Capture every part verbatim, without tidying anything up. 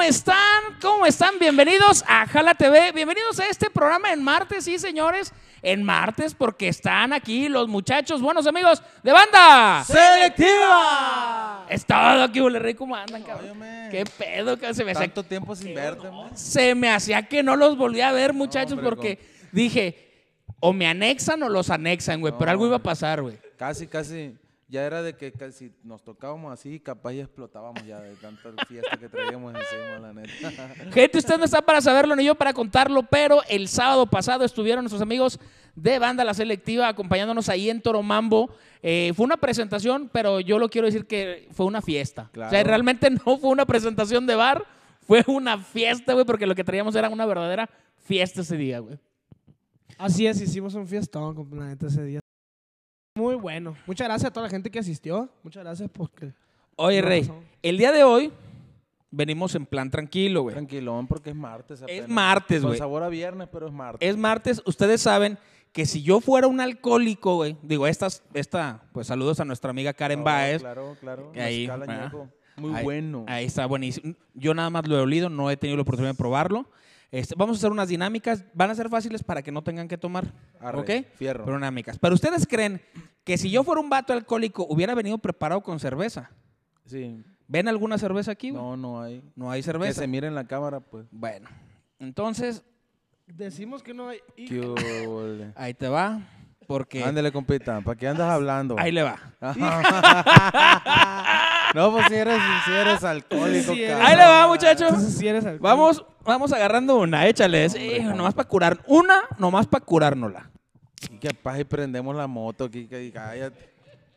están? ¿Cómo están? Bienvenidos a Jala T V. Bienvenidos a este programa en martes, sí, señores. En martes, porque están aquí los muchachos, buenos amigos de Banda Selectiva. Es todo aquí, Rey. ¿Cómo andan, cabrón? Óyeme. ¿Qué pedo? Que se me hacía, Tanto tiempo sin verte, man. se me hacía que no los volví a ver, muchachos, No, hombre, porque dije, o me anexan o los anexan, güey. No, Pero algo iba a hombre. pasar, güey. Casi, casi. Ya era de que casi nos tocábamos así, capaz ya explotábamos ya de tanta fiesta que traíamos encima, la neta. Gente, usted no está para saberlo ni yo para contarlo, pero el sábado pasado estuvieron nuestros amigos de Banda La Selectiva acompañándonos ahí en Toromambo. Eh, fue una presentación, pero yo lo quiero decir que fue una fiesta. Claro. O sea, realmente no fue una presentación de bar, fue una fiesta, güey, porque lo que traíamos era una verdadera fiesta ese día, güey. Así es, hicimos un fiestón con la neta ese día. Muy bueno. Muchas gracias a toda la gente que asistió. Muchas gracias porque... Oye, No, Rey, no. el día de hoy venimos en plan tranquilo, güey. Tranquilón, porque es martes. Es apenas. martes, Con güey. sabor a viernes, pero es martes. Es martes, ustedes saben que si yo fuera un alcohólico, güey, digo, estas, esta, pues saludos a nuestra amiga Karen Oh, Baez. Claro, claro. Que ahí, Mezcal ¿verdad? añejo. Muy Ahí- bueno. Ahí está buenísimo. Yo nada más lo he olido, no he tenido la oportunidad de probarlo. Este, vamos a hacer unas dinámicas, van a ser fáciles para que no tengan que tomar, Arre, ¿ok? fierro. Pero dinámicas. Pero ustedes creen que si yo fuera un vato alcohólico hubiera venido preparado con cerveza. Sí. ¿Ven alguna cerveza aquí, güey? No, no hay. No hay Que cerveza. se mire en la cámara, pues. Bueno, entonces Decimos que no hay... y- Qué ole. ahí te va, porque Ándale, compita. ¿Para qué andas hablando? ahí le va. No, pues si eres, si eres alcohólico, Sí, eres. cabrón. Ahí le va, muchachos. Entonces, si eres alcohólico. Vamos, vamos agarrando una, échale. Sí, nomás para curar. Una, nomás para curárnosla. Y que paz y prendemos la moto aquí, que cállate.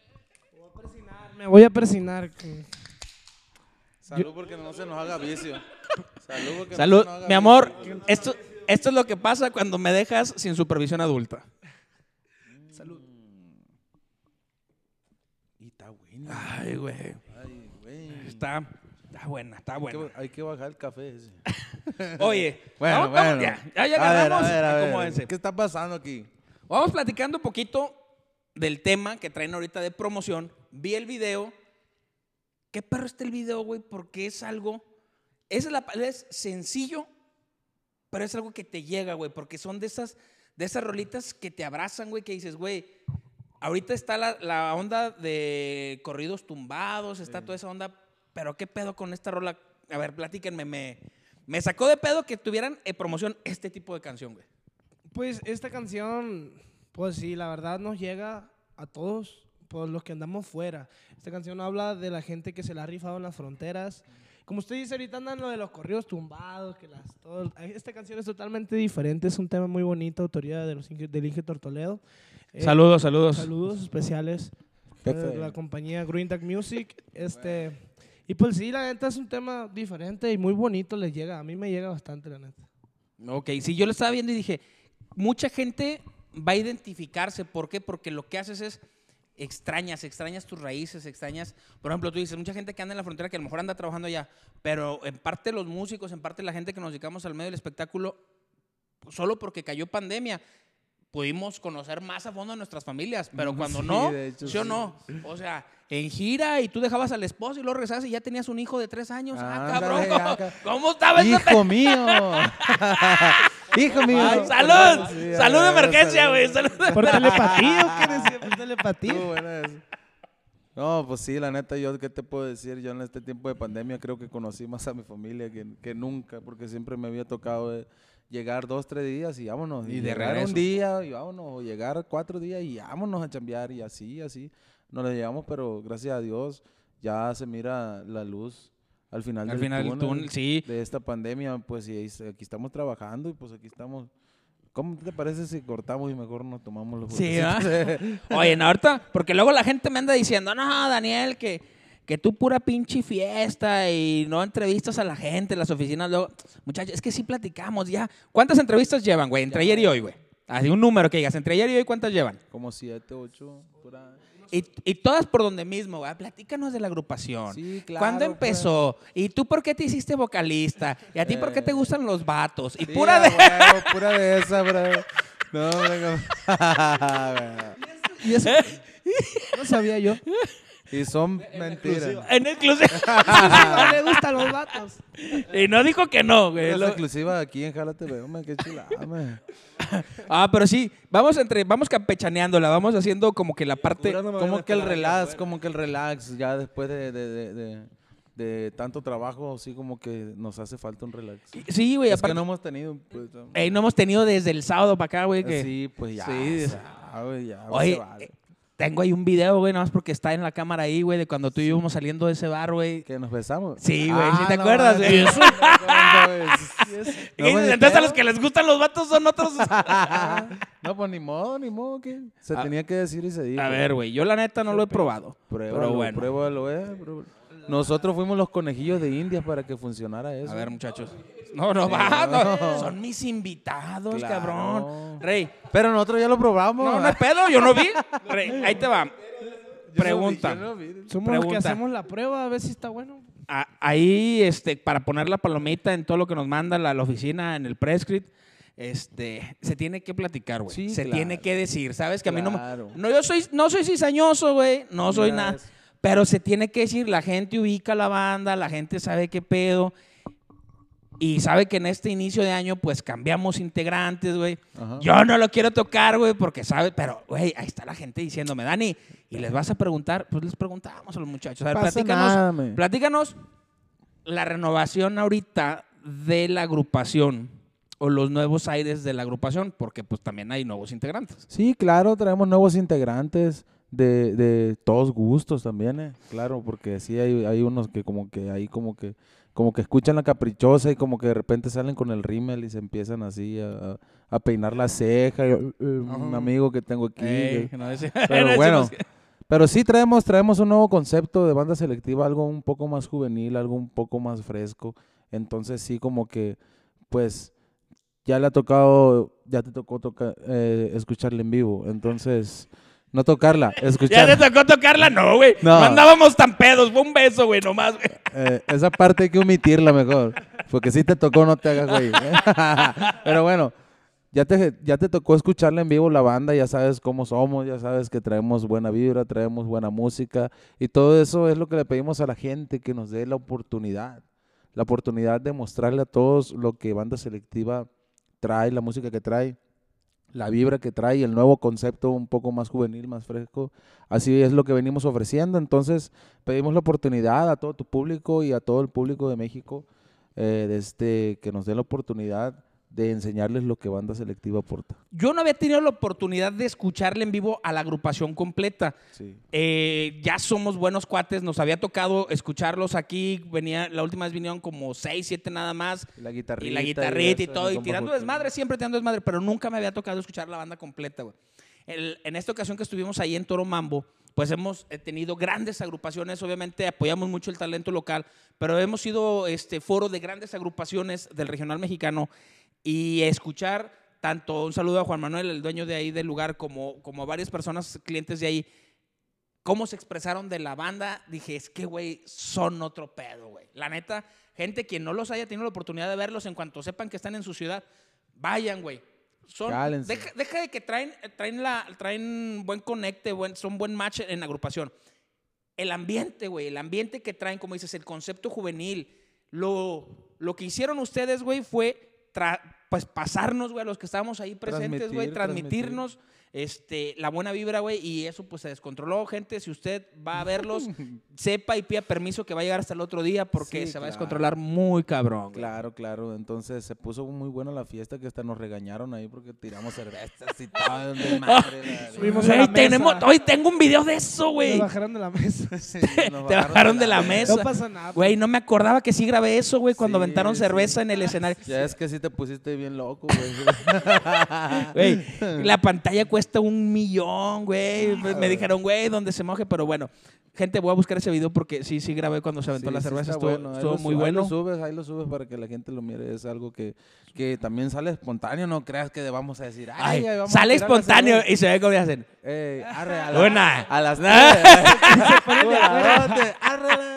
Me voy a persinar. Salud porque no se nos haga vicio. Salud porque Salud, no se nos haga mi amor. vicio. Esto, esto es lo que pasa cuando me dejas sin supervisión adulta. Salud. Y está buena. Ay, güey. Ay, güey. Está, está buena, está Hay que- buena. Hay que bajar el café ese. Oye, Bueno, vamos, vamos, bueno. ya, ya, ya A ver, agarramos. a ver, a ver. Acomódense. ¿Qué está pasando aquí? Vamos platicando un poquito del tema que traen ahorita de promoción. Vi el video. ¿Qué perro está el video, güey? Porque es algo, es, la, es sencillo, pero es algo que te llega, güey, porque son de esas, de esas rolitas que te abrazan, güey, que dices, güey, ahorita está la, la onda de corridos tumbados, está toda esa onda, pero ¿qué pedo con esta rola? A ver, platíquenme, me, me sacó de pedo que tuvieran en promoción este tipo de canción, güey. Pues esta canción, pues sí, la verdad nos llega a todos por los que andamos fuera. Esta canción habla de la gente que se la ha rifado en las fronteras. Como usted dice, ahorita andan lo de los corridos tumbados, que las, todo, esta canción es totalmente diferente, es un tema muy bonito, autoría de los, Inge- del Inge Tortoledo. Eh, Saludos, saludos. Saludos especiales Jefe. de la compañía Green Tag Music. Este, y pues sí, la neta es un tema diferente y muy bonito, les llega. A mí me llega bastante, la neta. Ok, sí, yo lo estaba viendo y dije, mucha gente va a identificarse. ¿Por qué? Porque lo que haces es extrañas, extrañas tus raíces, extrañas, por ejemplo, tú dices, mucha gente que anda en la frontera que a lo mejor anda trabajando allá, pero en parte los músicos, en parte la gente que nos dedicamos al medio del espectáculo, solo porque cayó pandemia, pudimos conocer más a fondo a nuestras familias, pero cuando Sí, no, de hecho, ¿sí o sí. no? O sea, en gira y tú dejabas al esposo y luego regresabas y ya tenías un hijo de tres años. Ah, Ándale, cabrón, acá. ¿cómo estaba ese ¡Hijo mío! ¡Hijo mío! Ay, salud, Sí, salud de a ver, emergencia, salud. güey, salud de- ¿Por telepatía o qué decía? ¿Por telepatía? Estuvo buena esa. No, pues sí, la neta, yo, ¿qué te puedo decir? Yo en este tiempo de pandemia creo que conocí más a mi familia que, que nunca, porque siempre me había tocado eh, llegar dos, tres días y vámonos. Y de llegar regreso. un día y vámonos, o llegar cuatro días y vámonos a chambear y así, así. Nos lo llevamos, pero gracias a Dios ya se mira la luz al final, Al del, final del túnel túnel, sí. de esta pandemia. Pues sí, ahí- aquí estamos trabajando y pues aquí estamos. ¿Cómo te parece si cortamos y mejor nos tomamos los Sí, botecitos? Oye, no, ahorita, porque luego la gente me anda diciendo, no, Daniel, que, que tú pura pinche fiesta y no entrevistas a la gente en las oficinas. Luego, muchachos, es que sí platicamos ya. ¿Cuántas entrevistas llevan, güey? Entre ayer y hoy, güey. Así un número que digas, entre ayer y hoy, ¿cuántas llevan? Como siete, ocho, por ahí. Y, y todas por donde mismo, güey. Platícanos de la agrupación. Sí, claro, ¿Cuándo pues. empezó? ¿Y tú por qué te hiciste vocalista? ¿Y a ti por qué te Eh. gustan los vatos? Y Sí, pura a de... huevo, pura de esa, bro. No, hombre, como- Y eso no sabía yo. Y son mentiras. En exclusiva. No le gustan los vatos. Y no dijo que no, güey. Es Lo- exclusiva aquí en Jala T V, hombre, qué chulada, hombre. Ah, pero sí, vamos entre, vamos campechaneándola, vamos haciendo como que la parte. Como que el relax, como que el relax, ya después de, de, de, de, de tanto trabajo, sí como que nos hace falta un relax. Sí, güey, Es aparte. que no hemos tenido, pues, Ey, no hemos tenido desde el sábado para acá, güey. Que... sí, pues ya, Sí. ya, güey, ya, Oye, se vale. eh, tengo ahí un video, güey, nada más porque está en la cámara ahí, güey, de cuando tú y yo íbamos saliendo de ese bar, güey. Que nos besamos. Sí, güey, ¿sí te no acuerdas, mames, güey? no, no, no, sí, es- Y no, pues, ni entonces a los pedo. que les gustan los vatos son otros. No, pues ni modo, ni modo, que se A- tenía que decir y se dijo. A ver, güey, yo la neta no lo he probado. Pruébalo, Pero bueno. pruébalo, eh. pruébalo. Nosotros fuimos los conejillos de Indias para que funcionara eso. A ver, muchachos. No, no, Sí, va, no. no. Son mis invitados, Claro. cabrón. Rey, Pero nosotros ya lo probamos. no, no hay pedo, yo no vi. Rey, ahí te va. Yo Pregunta. no vi, yo no vi. Somos los que Pregunta. hacemos la prueba a ver si está bueno. A- Ahí, este, para poner la palomita en todo lo que nos manda la, la oficina en el prescript, este, se tiene que platicar, güey. Sí, se claro. tiene que decir, ¿sabes? Que a mí no, Claro. me- no yo soy, no soy cizañoso, güey, no soy Mira, nada. es- Pero se tiene que decir, la gente ubica la banda, la gente sabe qué pedo. Y sabe que en este inicio de año, pues cambiamos integrantes, güey. Ajá. Yo no lo quiero tocar, güey, porque sabe, pero, güey, ahí está la gente diciéndome, Dani, ¿y les vas a preguntar? Pues les preguntamos a los muchachos. A ver, Pasa platícanos, nada, me. platícanos la renovación ahorita de la agrupación o los nuevos aires de la agrupación, porque pues también hay nuevos integrantes. Sí, claro, traemos nuevos integrantes de, de todos gustos también, eh. Claro, porque sí hay, hay unos que como que ahí como que como que escuchan la caprichosa y como que de repente salen con el rímel y se empiezan así a, a- a peinar la ceja. y, eh, un Ajá. amigo que tengo aquí. Ey, que- no decimos- Pero no bueno, decimos que- pero sí traemos, traemos un nuevo concepto de banda selectiva, algo un poco más juvenil, algo un poco más fresco. Entonces sí como que, pues, ya le ha tocado, ya te tocó toca, eh, escucharla en vivo. Entonces, no tocarla, ¿Ya escucharla. te tocó tocarla? No, güey. No. No andábamos tan pedos. Fue un beso, güey, nomás, güey. Eh, esa parte hay que omitirla mejor, porque si te tocó, no te hagas güey. Pero bueno, ya te, ya te tocó escucharla en vivo la banda, ya sabes cómo somos, ya sabes que traemos buena vibra, traemos buena música y todo eso es lo que le pedimos a la gente, que nos dé la oportunidad, la oportunidad de mostrarle a todos lo que Banda Selectiva trae, la música que trae, la vibra que trae, el nuevo concepto un poco más juvenil, más fresco. Así es lo que venimos ofreciendo. Entonces, pedimos la oportunidad a todo tu público y a todo el público de México eh, de este, que nos dé la oportunidad de enseñarles lo que Banda Selectiva aporta. Yo no había tenido la oportunidad de escucharle en vivo a la agrupación completa. Sí. Eh, ya somos buenos cuates, nos había tocado escucharlos aquí. Venía, la última vez vinieron como seis, siete nada más. Y la guitarrita. Y la guitarrita y, eso, todo, y compa tirando Joaquín. desmadre, siempre tirando desmadre, pero nunca me había tocado escuchar la banda completa, güey. El- en esta ocasión que estuvimos ahí en Toro Mambo, pues hemos eh, tenido grandes agrupaciones, obviamente apoyamos mucho el talento local, pero hemos sido este foro de grandes agrupaciones del regional mexicano y escuchar tanto, un saludo a Juan Manuel, el dueño de ahí del lugar, como, como a varias personas, clientes de ahí, cómo se expresaron de la banda, dije, es que, güey, son otro pedo, güey. La neta, gente que no los haya tenido la oportunidad de verlos, en cuanto sepan que están en su ciudad, vayan, güey. Son, Cálense. deja, deja de que traen, traen, la, traen buen conecte, buen, son buen match en agrupación. El ambiente, güey, el ambiente que traen, como dices, el concepto juvenil. Lo, lo que hicieron ustedes, güey, fue tra- pues pasarnos, güey, a los que estábamos ahí presentes, güey, Transmitir, transmitirnos este, la buena vibra, güey, y eso pues se descontroló, gente. Si usted va a verlos, sepa y pida permiso que va a llegar hasta el otro día porque Sí, se va a claro. descontrolar muy cabrón, güey. Claro, claro. Entonces se puso muy buena la fiesta que hasta nos regañaron ahí porque tiramos cervezas y todo. de madre, la- Subimos a Güey, la mesa. tenemos, hoy tengo un video de eso, Me güey. bajaron de la mesa. Sí, nos Te bajaron de la mesa. No pasa nada. Güey, no me acordaba que sí grabé eso, güey, cuando Sí, aventaron sí. cerveza en el escenario. Ya es que sí te pusiste bien loco, güey. Güey, la pantalla cuesta un millón, güey. Me dijeron, güey, donde se moje, pero bueno. Gente, voy a buscar ese video porque sí, sí grabé cuando se aventó Sí, la sí cerveza. está estuvo bueno. Ahí estuvo lo muy su- bueno. Ahí lo subes, ahí lo subes para que la gente lo mire. Es algo que, que también sale espontáneo. No creas que vamos a decir, ay, Ay, ay, vamos a sale tirar la espontáneo cerveza". y se ve cómo le hacen. Ey, arre, a, la- Una. a las Ah. tres. Una, dos, tres, arre, la-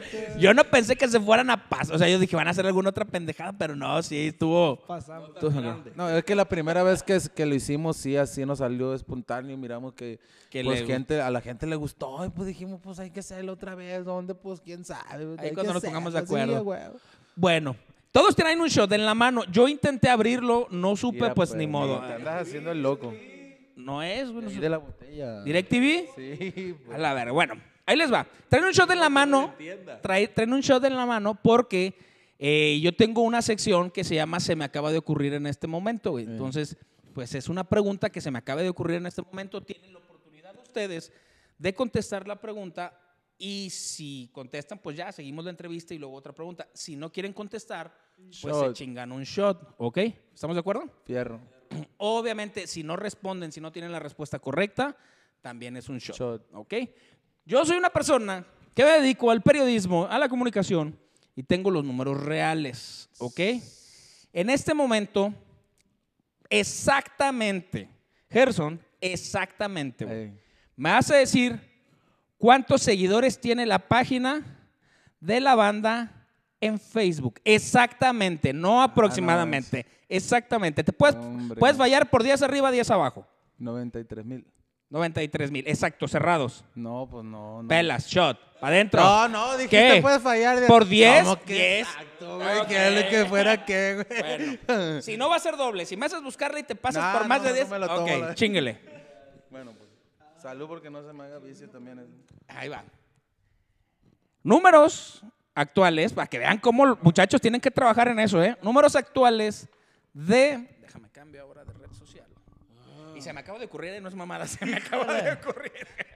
Yo no pensé que se fueran a pasar. O sea, yo dije, van a hacer alguna otra pendejada, pero no, sí, estuvo. Pasamos. estuvo- No, es que la primera vez que, que lo hicimos, sí, así nos salió espontáneo. Miramos que, Que pues, le- gente, a la gente le gustó. Y pues dijimos, pues hay que hacerlo otra vez. ¿Dónde? Pues quién sabe. Ahí Hay cuando que nos pongamos de hacerlo, sí, acuerdo. güey. Bueno, todos tienen un shot en la mano. Yo intenté abrirlo, no supe, Mira, pues ni no, modo. Te andas haciendo el loco. No es, güey. no Y sé. de la botella. ¿DirecTV? Sí, A pues. la verga. Bueno, ahí les va. Traen un shot en la mano. Trae, traen un shot en la mano porque eh, yo tengo una sección que se llama Se me acaba de ocurrir en este momento, güey. Entonces, pues es una pregunta que se me acaba de ocurrir en este momento. Tienen la oportunidad ustedes de contestar la pregunta y si contestan, pues ya, seguimos la entrevista y luego otra pregunta. Si no quieren contestar, pues Shot. se chingan un shot, ¿ok? ¿Estamos de acuerdo? Fierro. Obviamente, si no responden, si no tienen la respuesta correcta, también es un shot, Shot. ¿ok? Yo soy una persona que me dedico al periodismo, a la comunicación y tengo los números reales, ¿ok? En este momento, exactamente, Gerson, exactamente, güey, Ey. me hace decir cuántos seguidores tiene la página de la banda en Facebook. Exactamente, no aproximadamente. Exactamente. Te puedes, Hombre. puedes fallar por diez arriba, diez abajo. noventa y tres mil. noventa y tres mil. Exacto, cerrados. No, pues no. no. Pelas, shot, para adentro. No, no, dijiste ¿Qué? puedes fallar. de- ¿Por diez? ¿Cómo que diez. exacto, güey? Ok. Que es que fuera qué, güey. Bueno, si no va a ser doble, si me haces buscarle y te pasas Nah, por más no, de no diez, me lo tomo, ok, la- chinguele. Bueno, pues. Salud porque no se me haga vicio también. eso. Ahí va. Números actuales, para que vean cómo los muchachos tienen que trabajar en eso, ¿eh? Números actuales de... Déjame cambio ahora de red social. Y se me acaba de ocurrir, no es mamada, se me acaba de ocurrir.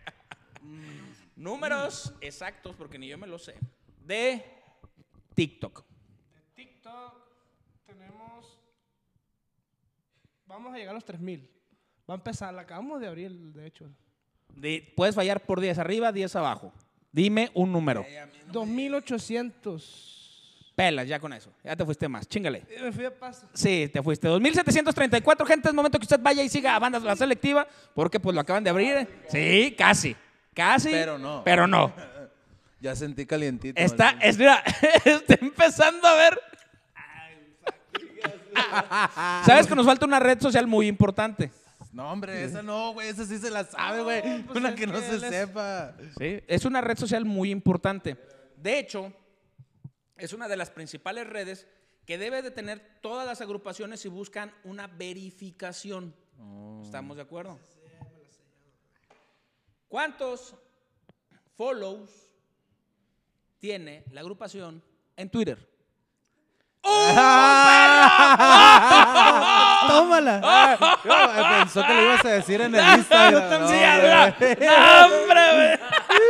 Números exactos, porque ni yo me lo sé, de TikTok. TikTok tenemos. Vamos a llegar a los tres mil. Va a empezar, la acabamos de abrir, de hecho. De- puedes fallar por diez arriba, diez abajo. Dime un número. dos mil ochocientos. Pelas, ya con eso. Ya te fuiste más, chingale. Eh, Me fui de paso. Sí, te fuiste. dos mil setecientos treinta y cuatro, gente, es momento que usted vaya y siga a Bandas La Selectiva, porque pues lo acaban de abrir. Sí, casi. Casi. Pero no. Pero no. Ya sentí calientito. Está, el- es, mira, está empezando a ver. ¿Sabes que nos falta una red social muy importante? No, hombre, esa no, güey. Esa sí se la sabe, güey. pues Una es que no que se él es- sepa. Sí, es una red social muy importante. De hecho, es una de las principales redes que debe de tener todas las agrupaciones si buscan una verificación. ¿Estamos de acuerdo? ¿Cuántos follows tiene la agrupación en Twitter? ¡Tómala! Ah, pensó que lo ibas a decir en el Instagram. Sí, No, ya, güey. no, hombre, güey.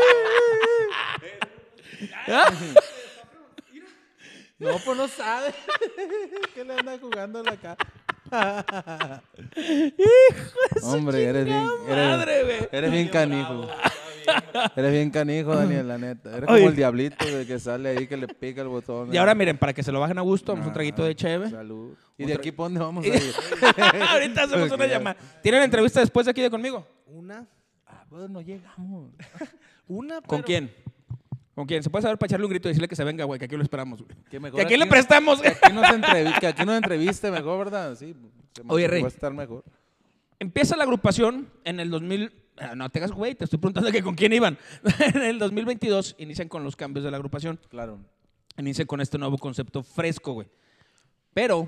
No, pues no sabe. ¿Qué le anda jugando la cara? Hombre, eres bien, madre, güey. eres, eres bien canijo. Eres bien canijo, Daniel, la neta. Eres Oye. como el diablito güey, que sale ahí, que le pica el botón. Y ahora miren, para que se lo bajen a gusto, vamos a un traguito de cheve. Salud. ¿Y Un de tra- aquí para dónde vamos a ir? Ahorita hacemos una Porque- llamada. ¿Tienen entrevista después de aquí de conmigo? Una. Ah, pues no llegamos. Una, ¿Con pero- quién? ¿Con quién? ¿Se puede saber para echarle un grito y decirle que se venga, güey? Que aquí lo esperamos, güey. Que, mejor Que aquí le nos- prestamos. Que aquí nos, entrevi- que aquí nos entreviste mejor, ¿verdad? Sí. se me- Oye, Rey. Va a estar mejor. Empieza la agrupación en el dos mil... ah, No te hagas, güey, te estoy preguntando que con quién iban. En el dos mil veintidós inician con los cambios de la agrupación. Claro. Inician con este nuevo concepto fresco, güey. Pero...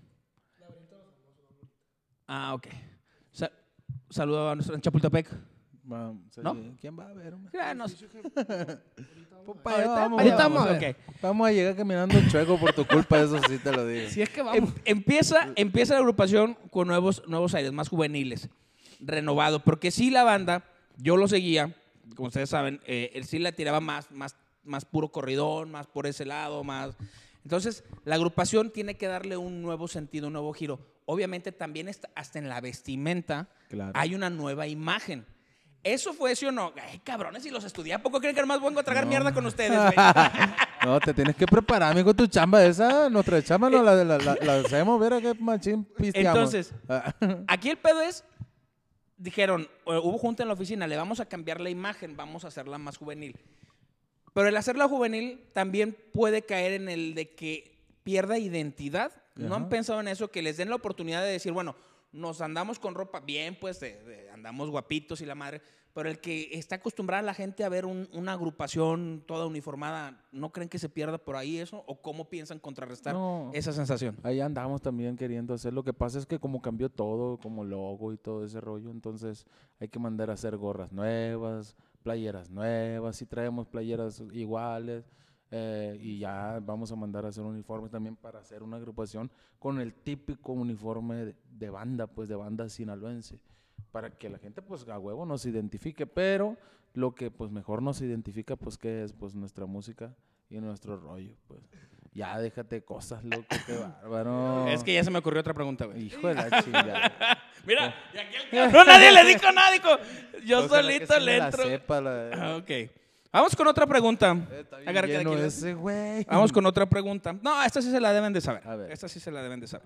Ah, ok. Sa- saludo a nuestro en Chapultepec. Va, sí. ¿No? ¿Quién va a ver? hombre? Ah, no sé. Pues para allá Ahorita- vamos, ahorita vamos. vamos a ver. ok. Vamos a llegar caminando chueco por tu culpa, eso sí te lo digo. Si es que Em- vamos. empieza, empieza la agrupación con nuevos, nuevos aires, más juveniles, renovado, porque sí la banda, yo lo seguía, como ustedes saben, eh, él sí la tiraba más, más, más puro corridón, más por ese lado, más... Entonces, la agrupación tiene que darle un nuevo sentido, un nuevo giro. Obviamente también está- hasta en la vestimenta Claro. hay una nueva imagen. ¿Eso fue sí o no? Ay, cabrones, si los estudié, ¿a poco creen que nomás vengo a tragar mierda con ustedes, güey? No, te tienes que preparar, amigo, tu chamba esa. Nuestra chamba no, la, la, la, la hacemos, ver a qué machín pisteamos. Entonces, aquí el pedo es, dijeron, eh, hubo junta en la oficina, le vamos a cambiar la imagen, vamos a hacerla más juvenil. Pero el hacerla juvenil también puede caer en el de que pierda identidad. ¿No Ajá. han pensado en eso? Que les den la oportunidad de decir, bueno, nos andamos con ropa bien, pues de- de- andamos guapitos y la madre, pero el que está acostumbrada la gente a ver un- una agrupación toda uniformada, ¿no creen que se pierda por ahí eso? ¿O cómo piensan contrarrestar No. esa sensación? Ahí andamos también queriendo hacer. Lo que pasa es que como cambió todo, como logo y todo ese rollo, entonces hay que mandar a hacer gorras nuevas, playeras nuevas, y traemos playeras iguales, eh, y ya vamos a mandar a hacer uniformes también para hacer una agrupación con el típico uniforme de, de banda, pues de banda sinaloense, para que la gente pues a huevo nos identifique, pero lo que pues mejor nos identifica pues que es pues nuestra música y nuestro rollo, pues. Ya déjate cosas, loco, qué bárbaro. Es que ya se me ocurrió otra pregunta, güey. Hijo de la chingada. Mira, y aquí el cabrón, no, nadie le dijo nada, dijo, yo Ojalá que solito sí le me la entro. sepa, la- Ah, ok. Vamos con otra pregunta. Eh, está bien Agarra cada lleno quien. ese, güey. Vamos con otra pregunta. No, esta sí se la deben de saber. A ver. Esta sí se la deben de saber.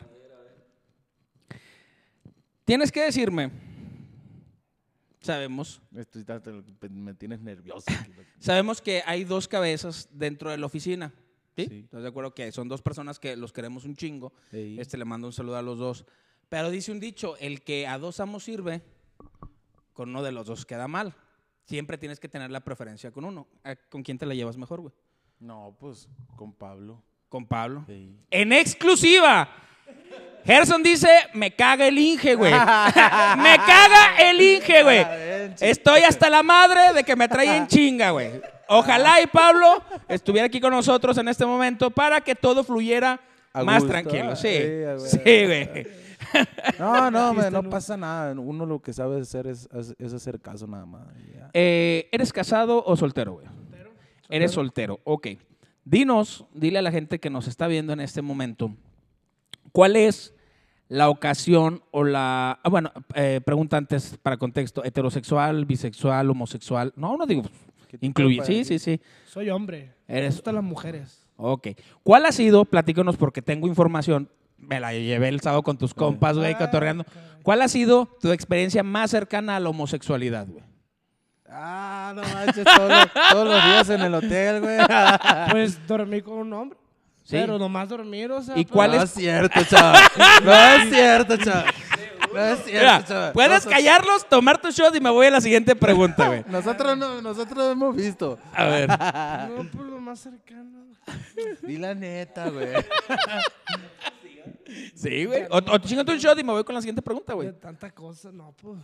Tienes que decirme, sabemos, Esto está- te- me tienes nervioso. aquí, loco. sabemos que hay dos cabezas dentro de la oficina. ¿Sí? Sí. ¿Estás de acuerdo que son dos personas que los queremos un chingo? Ey. Este le mando un saludo a los dos. Pero dice un dicho, el que a dos amos sirve, con uno de los dos queda mal. Siempre tienes que tener la preferencia con uno. ¿A- ¿Con quién te la llevas mejor, güey? No, pues con Pablo. Con Pablo. Ey. En exclusiva. Gerson dice, me caga el Inge, güey. Me caga el Inge, güey. Estoy hasta la madre de que me trae en chinga, güey. Ojalá y Pablo estuviera aquí con nosotros en este momento para que todo fluyera A más gusto, tranquilo. ah, Sí, sí, a sí, huevo. güey. No, no, Sí, me- está no no- pasa nada. Uno lo que sabe hacer es, es- es hacer caso nada más. y ya. Eh, ¿Eres casado o soltero, güey? Eres soltero, ok. Dinos, dile a la gente que nos está viendo en este momento, ¿cuál es la ocasión o la... Ah, bueno, eh, pregunta antes para contexto, heterosexual, bisexual, homosexual. No, no digo, ¿Qué tipo incluye. de- Sí, sí, sí. Soy hombre. Me Eres... gustan las mujeres. Ok. ¿Cuál ha sido, platícanos porque tengo información, me la llevé el sábado con tus compas, güey, Ah, cotorreando. caray. ¿Cuál ha sido tu experiencia más cercana a la homosexualidad, güey? Ah, no manches, todos los, todos los días en el hotel, güey. Pues dormí con un hombre. Sí. Pero nomás dormir, o sea. ¿Y pues, cuál No es- es cierto, chaval. No es cierto, chaval. No es cierto, Mira, chaval. puedes Nosotros- callarlos, tomar tu shot y me voy a la siguiente pregunta, güey. Nosotros, no, nosotros hemos visto. A ver. No, pues lo más cercano. Di la neta, güey. Sí, güey. O, o chingate un shot y me voy con la siguiente pregunta, De güey. tanta cosa, no, pues.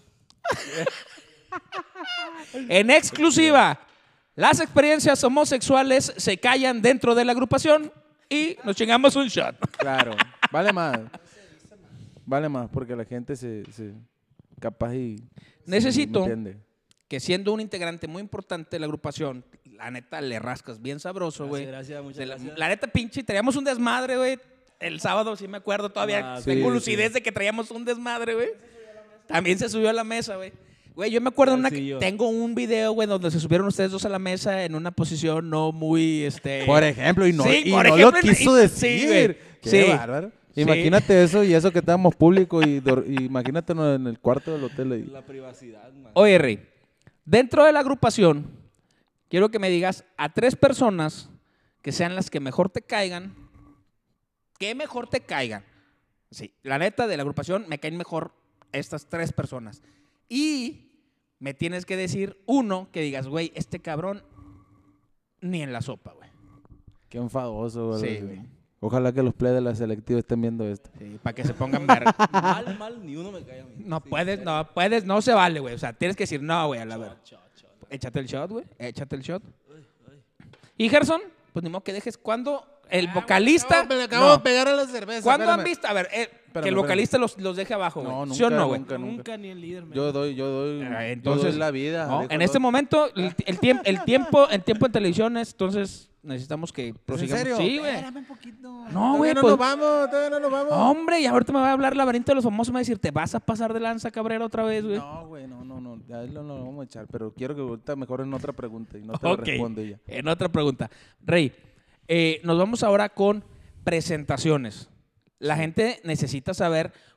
En exclusiva, las experiencias homosexuales se callan dentro de la agrupación y nos chingamos un shot. Claro. Vale más. Vale más porque la gente se, se capaz y Necesito- ¿me entiende? Que siendo un integrante muy importante de la agrupación, la neta le rascas bien sabroso, güey. Gracias, muchas De la, gracias. la neta, pinche, traíamos un desmadre, güey. El sábado, sí me acuerdo todavía. Ah, tengo sí, lucidez sí. de que traíamos un desmadre, güey. También se subió a la mesa, güey. Güey, yo me acuerdo, una, Sí, yo. tengo un video, güey, donde se subieron ustedes dos a la mesa en una posición no muy, este... Por ejemplo, y no, Sí, y por no ejemplo, lo quiso y- decir. sí, güey. Qué Sí. bárbaro. Sí. Imagínate eso y eso que estábamos público y, dor- y imagínate no, en el cuarto del hotel ahí. La privacidad, man. Oye, Rey, dentro de la agrupación, quiero que me digas a tres personas que sean las que mejor te caigan, que mejor te caigan. Sí, la neta de la agrupación me caen mejor estas tres personas. Y me tienes que decir uno que digas, güey, este cabrón ni en la sopa, güey. Qué enfadoso, güey. Sí, güey. Ojalá que los play de la selectiva estén viendo esto. Sí, para que se pongan verga. Mal, mal, ni uno me cae a mí. No Sí, puedes, sí. no puedes, no se vale, güey. O sea, tienes que decir no, güey, a la verga. Shot, shot. Échate el shot, güey. Échate el shot. Y Gerson, pues ni modo que dejes. ¿Cuándo el vocalista? Me acabo No. de pegar a la cerveza. ¿Cuándo han espérame. visto? A ver, eh, que Espérame, el vocalista los, los deje abajo, güey. No, nunca, ¿Sí o no, güey? nunca, nunca. Nunca ni el líder. me- Yo doy, yo doy, Ah, yo entonces, doy la vida. No, dejo en este todo. momento, el, el, tiemp- el tiempo, el tiempo en televisión es, entonces necesitamos que prosigamos. serio? Sí, güey. Espérame un poquito. No, güey, Todavía no pues. nos vamos, todavía no nos vamos. Hombre, y ahorita me va a hablar Laberinto de los Famosos. Me va a decir, ¿te vas a pasar de lanza, Cabrera, otra vez, güey? No, güey, no, no, no. Ya lo, lo vamos a echar, pero quiero que ahorita mejoren otra pregunta y no te Ok. la respondo ya. En otra pregunta. Rey, eh, nos vamos ahora con presentaciones. La gente necesita saber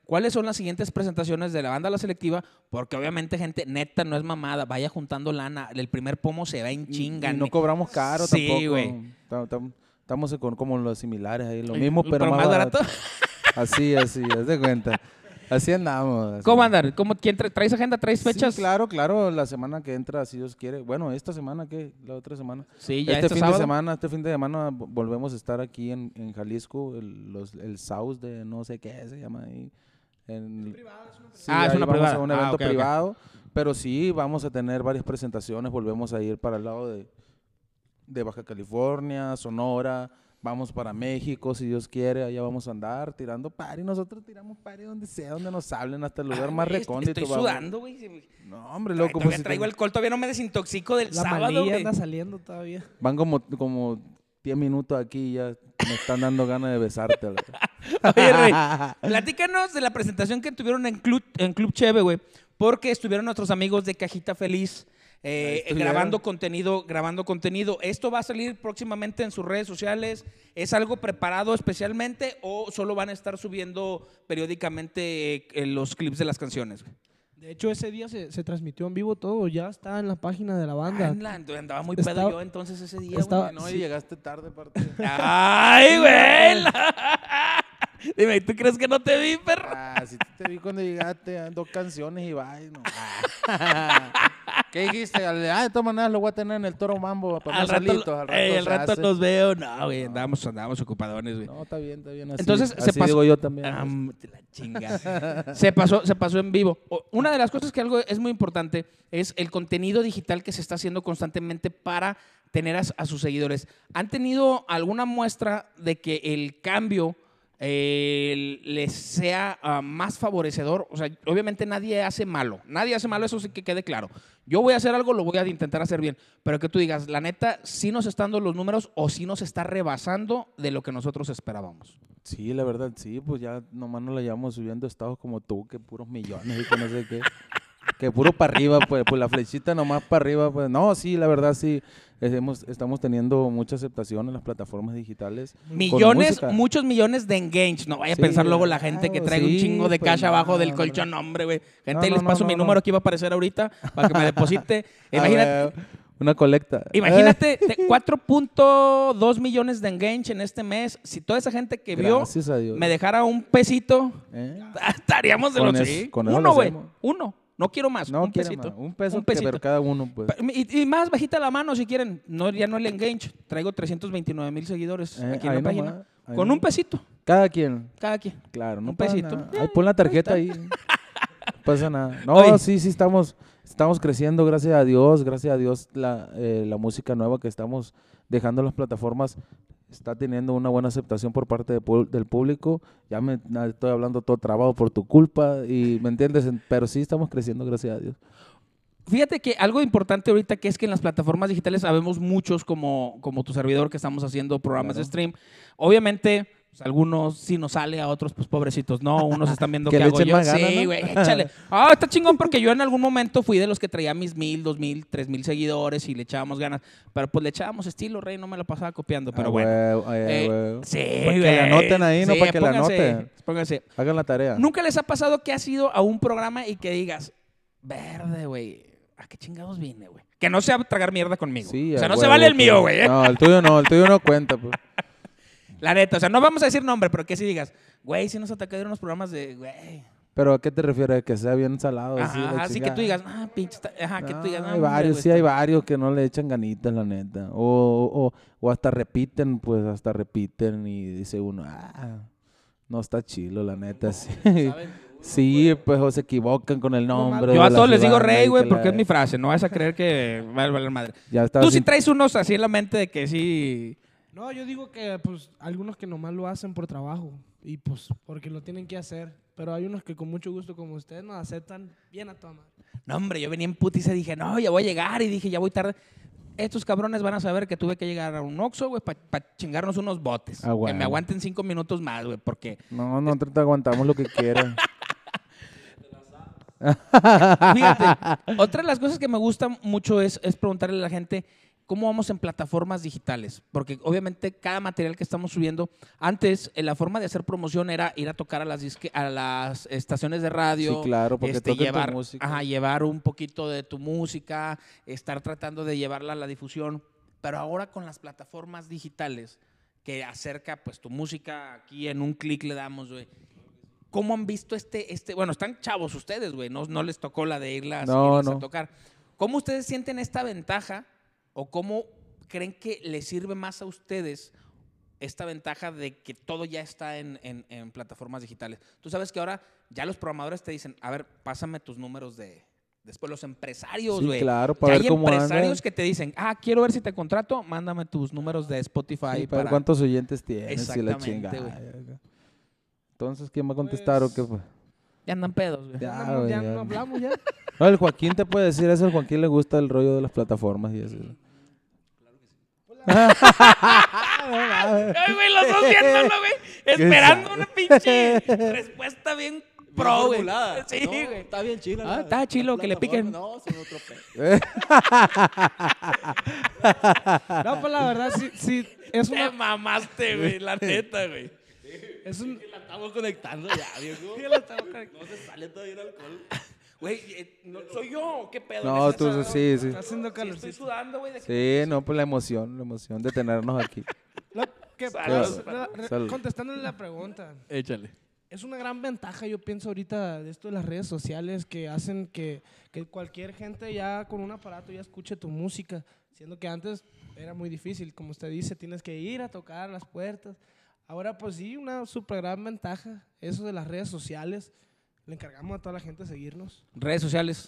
cuáles son las siguientes presentaciones de la banda La Selectiva, porque obviamente, gente, neta, no es mamada, vaya juntando lana, el primer pomo se va en Y- chinga. y no cobramos caro Sí, tampoco. güey. Tam- tam- Estamos con como los similares ahí, lo mismo, pero, pero más más barato. barato. Así, así, haz de cuenta. Así andamos. así. ¿Cómo andan? ¿Cómo, quién tra- ¿Traes agenda? ¿Traes fechas? Sí, claro, claro, la semana que entra, si Dios quiere. Bueno, esta semana, ¿qué? La otra semana. Sí, ya este este fin sábado. de semana, este fin de semana vo- volvemos a estar aquí en, en Jalisco, el, los, el South de no sé qué se llama ahí. En, sí, Ah, es ahí una vamos privada. a un Ah, evento ok, ok. privado, pero sí vamos a tener varias presentaciones, volvemos a ir para el lado de, de Baja California, Sonora, vamos para México, si Dios quiere, allá vamos a andar tirando party, nosotros tiramos party donde sea, donde nos hablen, hasta el lugar Ay, más güey, recóndito. Estoy vamos. sudando, güey. Se me- No, hombre, Ay, loco, todavía pues si traigo te- alcohol, todavía no me desintoxico del La sábado, manilla güey. anda saliendo todavía. van como, como diez minutos aquí y ya me están dando ganas de besarte. la verdad. Oye, Rey, platícanos de la presentación que tuvieron en Club, en Club Cheve, güey, porque estuvieron nuestros amigos de Cajita Feliz Ahí eh, estuvieron. grabando contenido, grabando contenido. ¿Esto va a salir próximamente en sus redes sociales? ¿Es algo preparado especialmente o solo van a estar subiendo periódicamente eh, los clips de las canciones? güey? De hecho, ese día se, se transmitió en vivo todo, ya está en la página de la banda. Anda, entonces andaba muy Estaba- pedo yo entonces ese día, estaba- güey. No, sí. y llegaste tarde, aparte. ¡Ay, güey! Dime, ¿tú crees que no te vi, perro? Ah, si te vi cuando llegaste, ah, dos canciones y bye. No. ¿Qué dijiste? Ah, de todas maneras lo voy a tener en el Toro Mambo para Al más rato, solitos. Al rato, ey, al se rato hace. nos veo. No, güey, andábamos, andábamos ocupadones, güey. No, está bien, está bien. Así, Entonces, se así pasó- digo yo también. Ah, te la chinga. se, pasó, se pasó en vivo. O- Una de las cosas que algo es muy importante es el contenido digital que se está haciendo constantemente para tener a, a sus seguidores. ¿Han tenido alguna muestra de que el cambio eh, les sea ah, más favorecedor? O sea, obviamente nadie hace malo. Nadie hace malo, eso sí que quede claro. Yo voy a hacer algo, lo voy a intentar hacer bien. Pero que tú digas, la neta, sí nos están dando los números o sí nos está rebasando de lo que nosotros esperábamos. Sí, la verdad, sí, pues ya nomás nos la llevamos subiendo estados como tú, que puros millones y que no sé qué. Que puro para arriba, pues, pues la flechita nomás para arriba, pues. No, sí, la verdad, sí. eh, hemos- estamos teniendo mucha aceptación en las plataformas digitales. con Millones, música. muchos millones de engage. No vaya Sí, a pensar luego la gente que claro, trae un sí, chingo de pues, cash abajo no, del no, colchón. No, hombre, güey. Gente, No, ahí no, les no, paso no, mi no. número que iba a aparecer ahorita para que me deposite. A Imagínate, ver, una colecta. imagínate te- cuatro punto dos millones de engage en este mes. Si toda esa gente que vio Gracias a Dios. me dejara un pesito, ¿Eh? estaríamos de Con los eso- sí. con eso Uno, lo güey. hacemos. Uno. No quiero más. No un quiere pesito. más, Un peso, Un que pesito. ver cada uno, pues. Pa- Y, y más bajita la mano si quieren. No, ya no el engage. Traigo trescientos veintinueve mil seguidores Eh, aquí en ahí la página. nomás, ahí Con nomás. un pesito. Cada quien. Cada quien. Claro, no Un pasa pesito. nada. Eh, Ahí pon la tarjeta ahí ahí. No pasa nada. No, Oye. sí, sí, estamos, estamos creciendo, gracias a Dios. Gracias a Dios la, eh, la música nueva que estamos dejando en las plataformas está teniendo una buena aceptación por parte de pu- del público. Ya me na- estoy hablando todo trabado por tu culpa, y ¿me entiendes? Pero sí estamos creciendo, gracias a Dios. Fíjate que algo importante ahorita que es que en las plataformas digitales sabemos muchos como, como tu servidor que estamos haciendo programas Claro. de stream. Obviamente, pues, algunos sí nos sale, a otros pues pobrecitos no. Unos están viendo Que qué le hago echen yo. más ganas, Sí, ¿no? güey, échale. Ah, está chingón porque yo en algún momento fui de los que traía mis mil, dos mil, tres mil seguidores y le echábamos ganas. Pero pues le echábamos estilo, Rey, no me lo pasaba copiando. Pero Ah, bueno. huevo, eh, Eh, huevo. sí, Para que güey. la anoten ahí, ¿no? Sí, Para que la pónganse, anoten. Pónganse. Hagan la tarea. ¿Nunca les ha pasado que has ido a un programa y que digas, verde, güey, ¿a qué chingados vine, güey? Que no sea tragar mierda conmigo. Sí, o sea, a no se huevo, vale el pues. mío, güey. ¿eh? No, el tuyo no, el tuyo no cuenta, pues. La neta, o sea, no vamos a decir nombre, pero que si digas, güey, si nos atacaron unos programas de, güey. Pero ¿a qué te refieres? Que sea bien salado. así, la Ajá, así que chingada. tú digas, ah, pinche, está- ajá, que tú No, digas, no, hay hombre, varios, güey, sí hay está- varios que no le echan ganitas, la neta. O, o, o hasta repiten, pues hasta repiten y dice uno, ah, no está chilo, la neta. Sí, sí pues o se equivocan con el nombre. Yo de a la todos les digo banda rey, y güey, que porque la- es mi frase. No vas a creer que va a valer madre. Ya está Tú así. sí traes unos así en la mente de que sí. No, yo digo que pues algunos que nomás lo hacen por trabajo y pues porque lo tienen que hacer. Pero hay unos que con mucho gusto como ustedes nos aceptan bien a toda madre. No, hombre, yo venía en putiza y dije, no, ya voy a llegar. Y dije, ya voy tarde. Estos cabrones van a saber que tuve que llegar a un Oxxo, güey, para chingarnos unos botes. Ah, Que bueno. me aguanten cinco minutos más, güey, porque... No, nosotros te aguantamos lo que quieras. Fíjate, otra de las cosas que me gusta mucho es, es preguntarle a la gente ¿cómo vamos en plataformas digitales? Porque obviamente cada material que estamos subiendo, antes eh, la forma de hacer promoción era ir a tocar a las, disque, a las estaciones de radio. Sí, claro, porque este, toquen tu llevar, música. ajá, llevar un poquito de tu música, estar tratando de llevarla a la difusión. Pero ahora con las plataformas digitales, que acerca pues tu música aquí en un clic le damos, güey. ¿Cómo han visto este, este, bueno, están chavos ustedes, güey, no, no les tocó la de irlas, No, irlas no. a tocar. ¿Cómo ustedes sienten esta ventaja o cómo creen que les sirve más a ustedes esta ventaja de que todo ya está en, en, en plataformas digitales? Tú sabes que ahora ya los programadores te dicen, a ver, pásame tus números de... Después los empresarios, Sí, güey. claro, Ya para hay ver cómo empresarios andan. que te dicen, ah, quiero ver si te contrato, mándame tus números de Spotify. Sí, para para ver cuántos oyentes tienes y la Exactamente, chingada. güey. Entonces, ¿quién va a contestar o qué? Pues? Ya andan pedos, güey. Ya, Ya, güey, ya ya. no hablamos ya. No, el Joaquín te puede decir eso. El Joaquín le gusta el rollo de las plataformas y eso. Ay, güey, los dos viéndolo, güey. Esperando una pinche respuesta bien pro, güey. Formulada. Sí, No, güey. está bien chilo. Ah, la- está chilo la que le plataforma, piquen. No, son otro pedo. No, pues la verdad sí, sí es Te una... mamaste, güey, la neta, güey. Es un... La estamos conectando ya, viejo. Sí, la estamos conectando. No se sale todavía el alcohol. Güey, eh, ¿no ¿soy yo? ¿Qué pedo? No, ¿Neta tú sudando? sí, sí. Está haciendo Sí, estoy calorcito. sudando, güey. de que- Sí, no, pues la emoción, la emoción de tenernos aquí. Lo que Salud. pasa- la- re- Salud. contestándole la pregunta, Échale. es una gran ventaja, yo pienso ahorita, de esto de las redes sociales que hacen que, que cualquier gente ya con un aparato ya escuche tu música, siendo que antes era muy difícil, como usted dice, tienes que ir a tocar las puertas. Ahora pues sí, una súper gran ventaja, eso de las redes sociales. Le encargamos a toda la gente seguirnos. Redes sociales.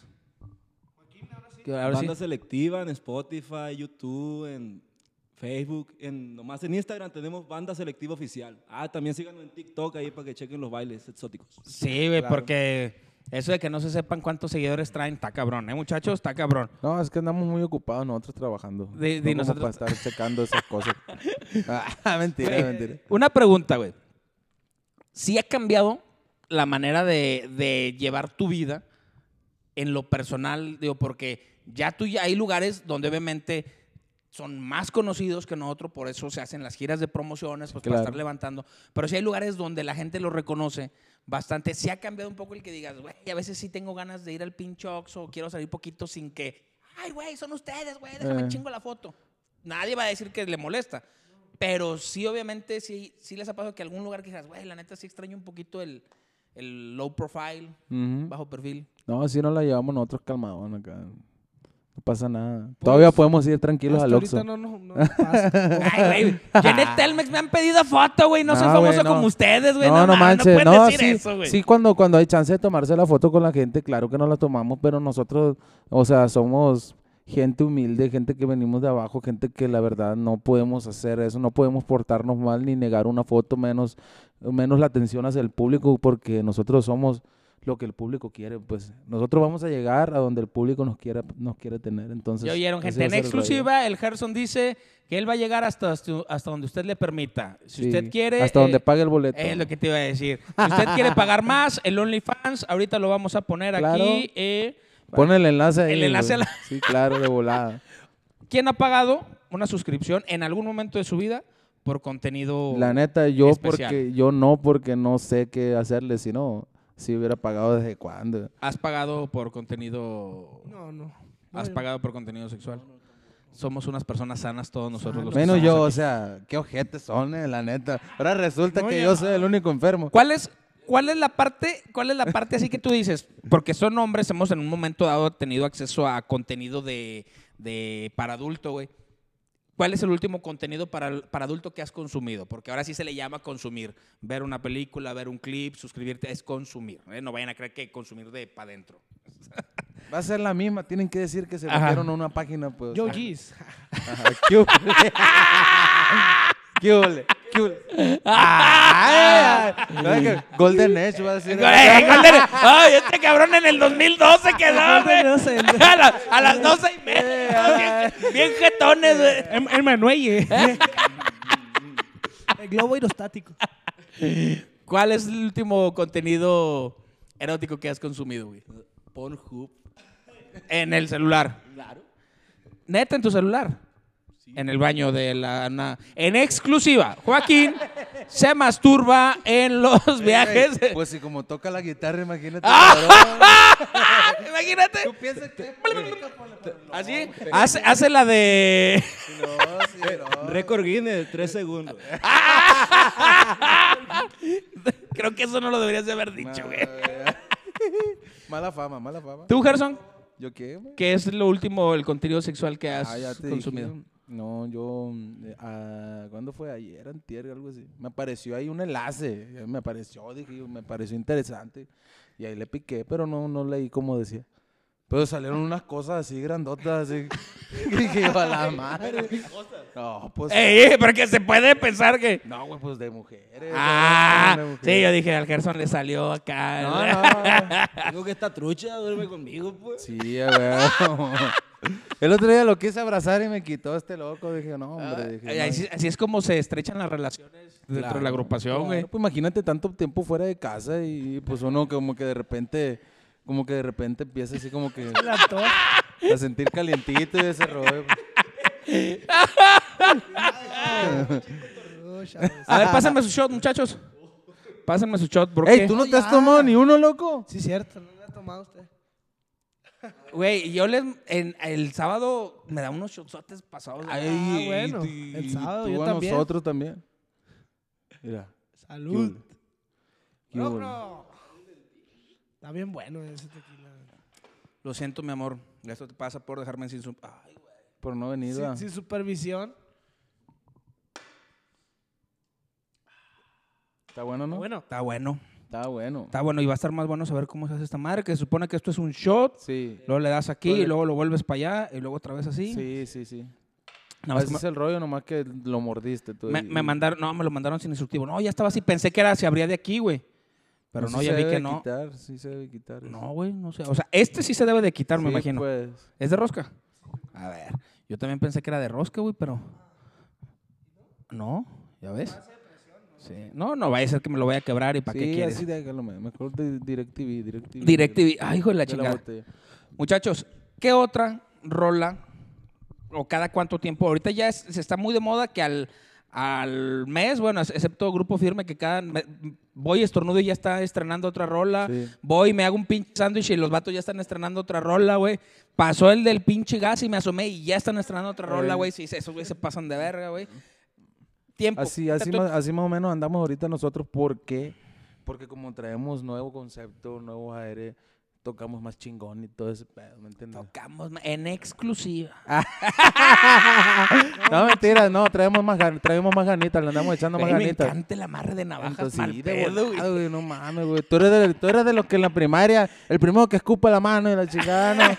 Que ahora sí. Banda selectiva en Spotify, YouTube, en Facebook, en, nomás en Instagram tenemos Banda Selectiva Oficial. Ah, también síganos en TikTok ahí para que chequen los bailes exóticos. Sí, güey, Claro. porque eso de que no se sepan cuántos seguidores traen, está cabrón, ¿eh, muchachos? Está cabrón. No, es que andamos muy ocupados nosotros trabajando. De- de no como nosotros- para estar checando esas cosas. Ah, mentira, Güey, mentira. Una pregunta, güey. ¿Sí ha cambiado la manera de, de llevar tu vida en lo personal? Digo, porque ya tú ya hay lugares donde obviamente son más conocidos que nosotros, por eso se hacen las giras de promociones, pues para Claro. estar levantando. Pero sí hay lugares donde la gente lo reconoce bastante. Sí ha cambiado un poco el que digas, güey, a veces sí tengo ganas de ir al pinche Oxxo o quiero salir poquito sin que, ay, güey, son ustedes, güey, déjame Eh. chingo la foto. Nadie va a decir que le molesta. Pero sí, obviamente, sí, sí les ha pasado que algún lugar que digas, güey, la neta sí extraño un poquito el, el low profile, Ujú. bajo perfil. No, así no la llevamos nosotros calmados acá. No pasa nada. Todavía podemos ir tranquilos Hasta al Oxxo. ahorita no, no, no nos pasa. Ay, güey, Janet Telmex me han pedido foto, güey, no, soy No, famoso güey, no. como ustedes, güey. No, No, no, mames, manches. no pueden No, decir sí, eso, güey. sí, cuando, cuando hay chance de tomarse la foto con la gente, claro que no la tomamos, pero nosotros, o sea, somos gente humilde, gente que venimos de abajo, gente que la verdad no podemos hacer eso, no podemos portarnos mal ni negar una foto, menos, menos la atención hacia el público, porque nosotros somos lo que el público quiere, pues nosotros vamos a llegar a donde el público nos quiera, nos quiere tener, entonces... Ya oyeron, ese gente. va a En ser el rollo. exclusiva, el Gerson dice que él va a llegar hasta, hasta donde usted le permita. Si Sí, usted quiere... hasta eh, donde pague el boleto. Es lo que te iba a decir. Si usted quiere pagar más, el OnlyFans, ahorita lo vamos a poner Claro. aquí. eh, Pon el enlace ahí. El enlace a güey. la- Sí, claro, de volada. ¿Quién ha pagado una suscripción en algún momento de su vida por contenido? La neta, yo especial? porque yo no porque no sé qué hacerle, si no, si hubiera pagado desde cuándo. ¿Has pagado por contenido? No, no. ¿Has No, pagado por contenido sexual? Somos unas personas sanas todos nosotros. los que Menos estamos yo, o aquí. sea, qué ojetes son, eh, la neta. Ahora resulta No, que ya- yo soy el único enfermo. ¿Cuál es, cuál es la parte, cuál es la parte así que tú dices? Porque son hombres, hemos en un momento dado tenido acceso a contenido de, de para adulto, güey. ¿Cuál es el último contenido para, para adulto que has consumido? Porque ahora sí se le llama consumir. Ver una película, ver un clip, suscribirte, es consumir. ¿eh? No vayan a creer que consumir de para adentro. Va a ser la misma, tienen que decir que se Ajá. metieron a una página, pues. Yo, Ajá. Gis. ¿Qué hubo? ¿Qué hubo? ¿Qué hubo? Ay, ay, no, es que Golden Edge va a decir. ¡Ay, Golden! ¡Ay, este cabrón en el dos mil doce quedó, güey! doce. A, la- a las doce y media. Bien, bien jetones, güey. El, el Manuelle. El globo aerostático. ¿Cuál es el último contenido erótico que has consumido, güey? Pornhub. En el celular. Claro. Neta, en tu celular. en el baño de la... na- En exclusiva, Joaquín se masturba en los viajes. Ey, pues si como toca la guitarra, imagínate. ¡Ah! cabrón. Imagínate. ¿Tú piensas que...? Así, hace, hace la de... No, sí, no. Récord Guinness, tres segundos. Creo que eso no lo deberías de haber dicho, No, güey. güey. Mala fama, mala fama. ¿Tú, Gerson? ¿Yo qué, güey? ¿Qué es lo último, el contenido sexual que has Ah, ya te consumido? dije. No, yo, eh, ah, ¿cuándo fue? Ayer, antier, algo así. Me apareció ahí un enlace, eh, me apareció, dije, yo, me pareció interesante. Y ahí le piqué, pero no, no leí como decía. Pero salieron unas cosas así grandotas, así. Dije, yo, a la madre. No, pues. Ey, ey, porque se puede pensar que... No, güey, pues de mujeres. Ah, de sí, mujeres. yo dije, al Gerson le salió acá. No, no. Digo que esta trucha duerme conmigo, pues. Sí, a ver. El otro día lo quise abrazar y me quitó este loco. Dije, no, hombre. Dije, Ay, no. así, así es como se estrechan las relaciones dentro de la Claro, agrupación, güey. claro, pues imagínate tanto tiempo fuera de casa y pues uno como que de repente, como que de repente empieza así como que La tos. a sentir calientito y ese rollo. A ver, pásenme su shot, muchachos. Pásenme su shot, ¿por Ey, qué? ¿tú no te has Ya. tomado ni uno, loco? Sí, cierto, no lo ha tomado usted. Güey, yo les, en, el sábado me da unos shotsotes pasados. de- Ah, bueno, y- el y sábado tú yo a también. nosotros también. Mira. Salud. ¿Qué Bro, hubo? bro. Está bien bueno ese tequila. Lo siento, mi amor. Esto te pasa por dejarme sin su... Ay, güey. Por no venir. Sin, ¿va? sin supervisión. Está bueno, ¿no? Bueno, Está bueno. Está bueno. Está bueno y va a estar más bueno saber cómo se hace esta madre, que se supone que esto es un shot, Sí. luego le das aquí Vale. y luego lo vuelves para allá y luego otra vez así. Sí, sí, sí. Nada más Ese que es el rollo, nomás que lo mordiste tú. me, y- me mandaron, no, me lo mandaron sin instructivo. No, ya estaba así, pensé que era, se abría de aquí, güey. Pero no, sí ya se vi debe que no. Quitar, sí se debe quitar. eso. No, güey, no sé. O sea, este sí se debe de quitar, me Sí, imagino. pues. ¿Es de rosca? A ver, yo también pensé que era de rosca, güey, pero... No, ¿ya ves? Sí. No, no vaya a ser que me lo vaya a quebrar y para qué Sí, quieres. así déjalo, me- mejor de DirecTV, DirecTV. DirecTV. Ay, hijo de la de chingada. botella. Muchachos, ¿qué otra rola o cada cuánto tiempo? Ahorita ya es- se está muy de moda que al, al mes, bueno, ex- excepto Grupo Firme, que cada me- voy estornudo y ya está estrenando otra rola. Sí. Voy, me hago un pinche sándwich y los vatos ya están estrenando otra rola, güey. Pasó el del pinche gas y me asomé y ya están estrenando otra rola, Ey. güey. Sí, esos güey se pasan de verga, güey. Tiempo. Así, así, Tú- más, así más o menos andamos ahorita nosotros. ¿Por qué? Porque como traemos nuevo concepto, nuevos aires, tocamos más chingón y todo ese pedo, ¿me entiendes? Tocamos ma- en exclusiva. No, mentira, no, traemos más, gan- traemos más ganitas, le andamos echando más Güey, me ganitas. encanta el amarre de navajas Entonces, mal sí, de pedo, güey. volada, güey, no mames, güey. Tú eres, de, tú eres de los que en la primaria, el primero que escupa la mano y la chingada, ¿no?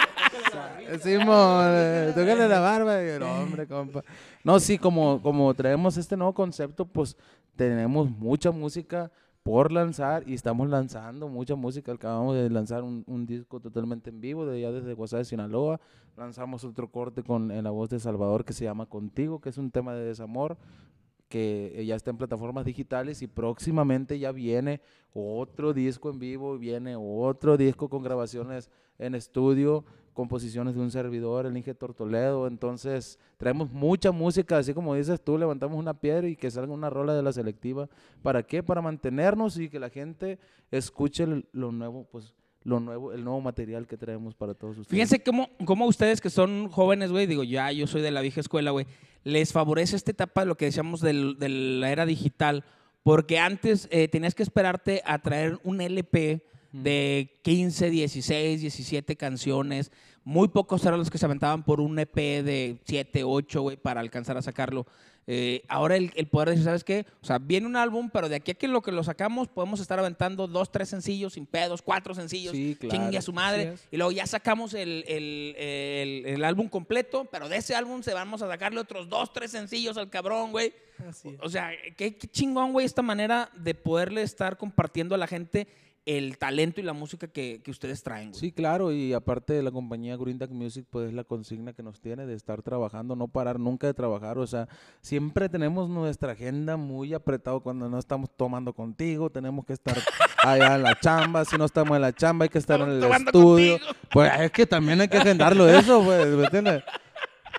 Decimos, eh, tócale la barba. Y, no, hombre, compa. No, sí, como, como traemos este nuevo concepto, pues tenemos mucha música por lanzar y estamos lanzando mucha música. Acabamos de lanzar un, un disco totalmente en vivo de allá desde Guasave, Sinaloa. Lanzamos otro corte con en la voz de Salvador que se llama Contigo, que es un tema de desamor que eh, ya está en plataformas digitales y próximamente ya viene otro disco en vivo, viene otro disco con grabaciones en estudio, composiciones de un servidor, el Inge Tortoledo. Entonces traemos mucha música, así como dices tú, levantamos una piedra y que salga una rola de la selectiva. ¿Para qué? Para mantenernos y que la gente escuche el- lo nuevo, pues lo nuevo, el nuevo material que traemos para todos ustedes. Fíjense cómo, cómo ustedes que son jóvenes, güey, digo, ya yo soy de la vieja escuela, güey, les favorece esta etapa de lo que decíamos del- de la era digital, porque antes eh, tenías que esperarte a traer un L P de quince, dieciséis, diecisiete canciones. Muy pocos eran los que se aventaban por un E P de siete, ocho, güey, para alcanzar a sacarlo. Eh, ahora el, el poder decir, ¿sabes qué? O sea, viene un álbum, pero de aquí a que lo que lo sacamos, podemos estar aventando dos, tres sencillos sin pedos, cuatro sencillos, Sí, claro. chingue a su madre. Así es. Y luego ya sacamos el, el, el- el álbum completo, pero de ese álbum se vamos a sacarle otros dos, tres sencillos al cabrón, güey. así es. O sea, qué, qué chingón, güey, esta manera de poderle estar compartiendo a la gente el talento y la música que, que ustedes traen, güey. Sí, claro, y aparte de la compañía Green Duck Music, pues es la consigna que nos tiene de estar trabajando, no parar nunca de trabajar. O sea, siempre tenemos nuestra agenda muy apretado cuando no estamos tomando contigo, tenemos que estar allá en la chamba, si no estamos en la chamba hay que estar en el Estamos tomando estudio. contigo. Pues es que también hay que agendarlo eso, pues, ¿me entiendes?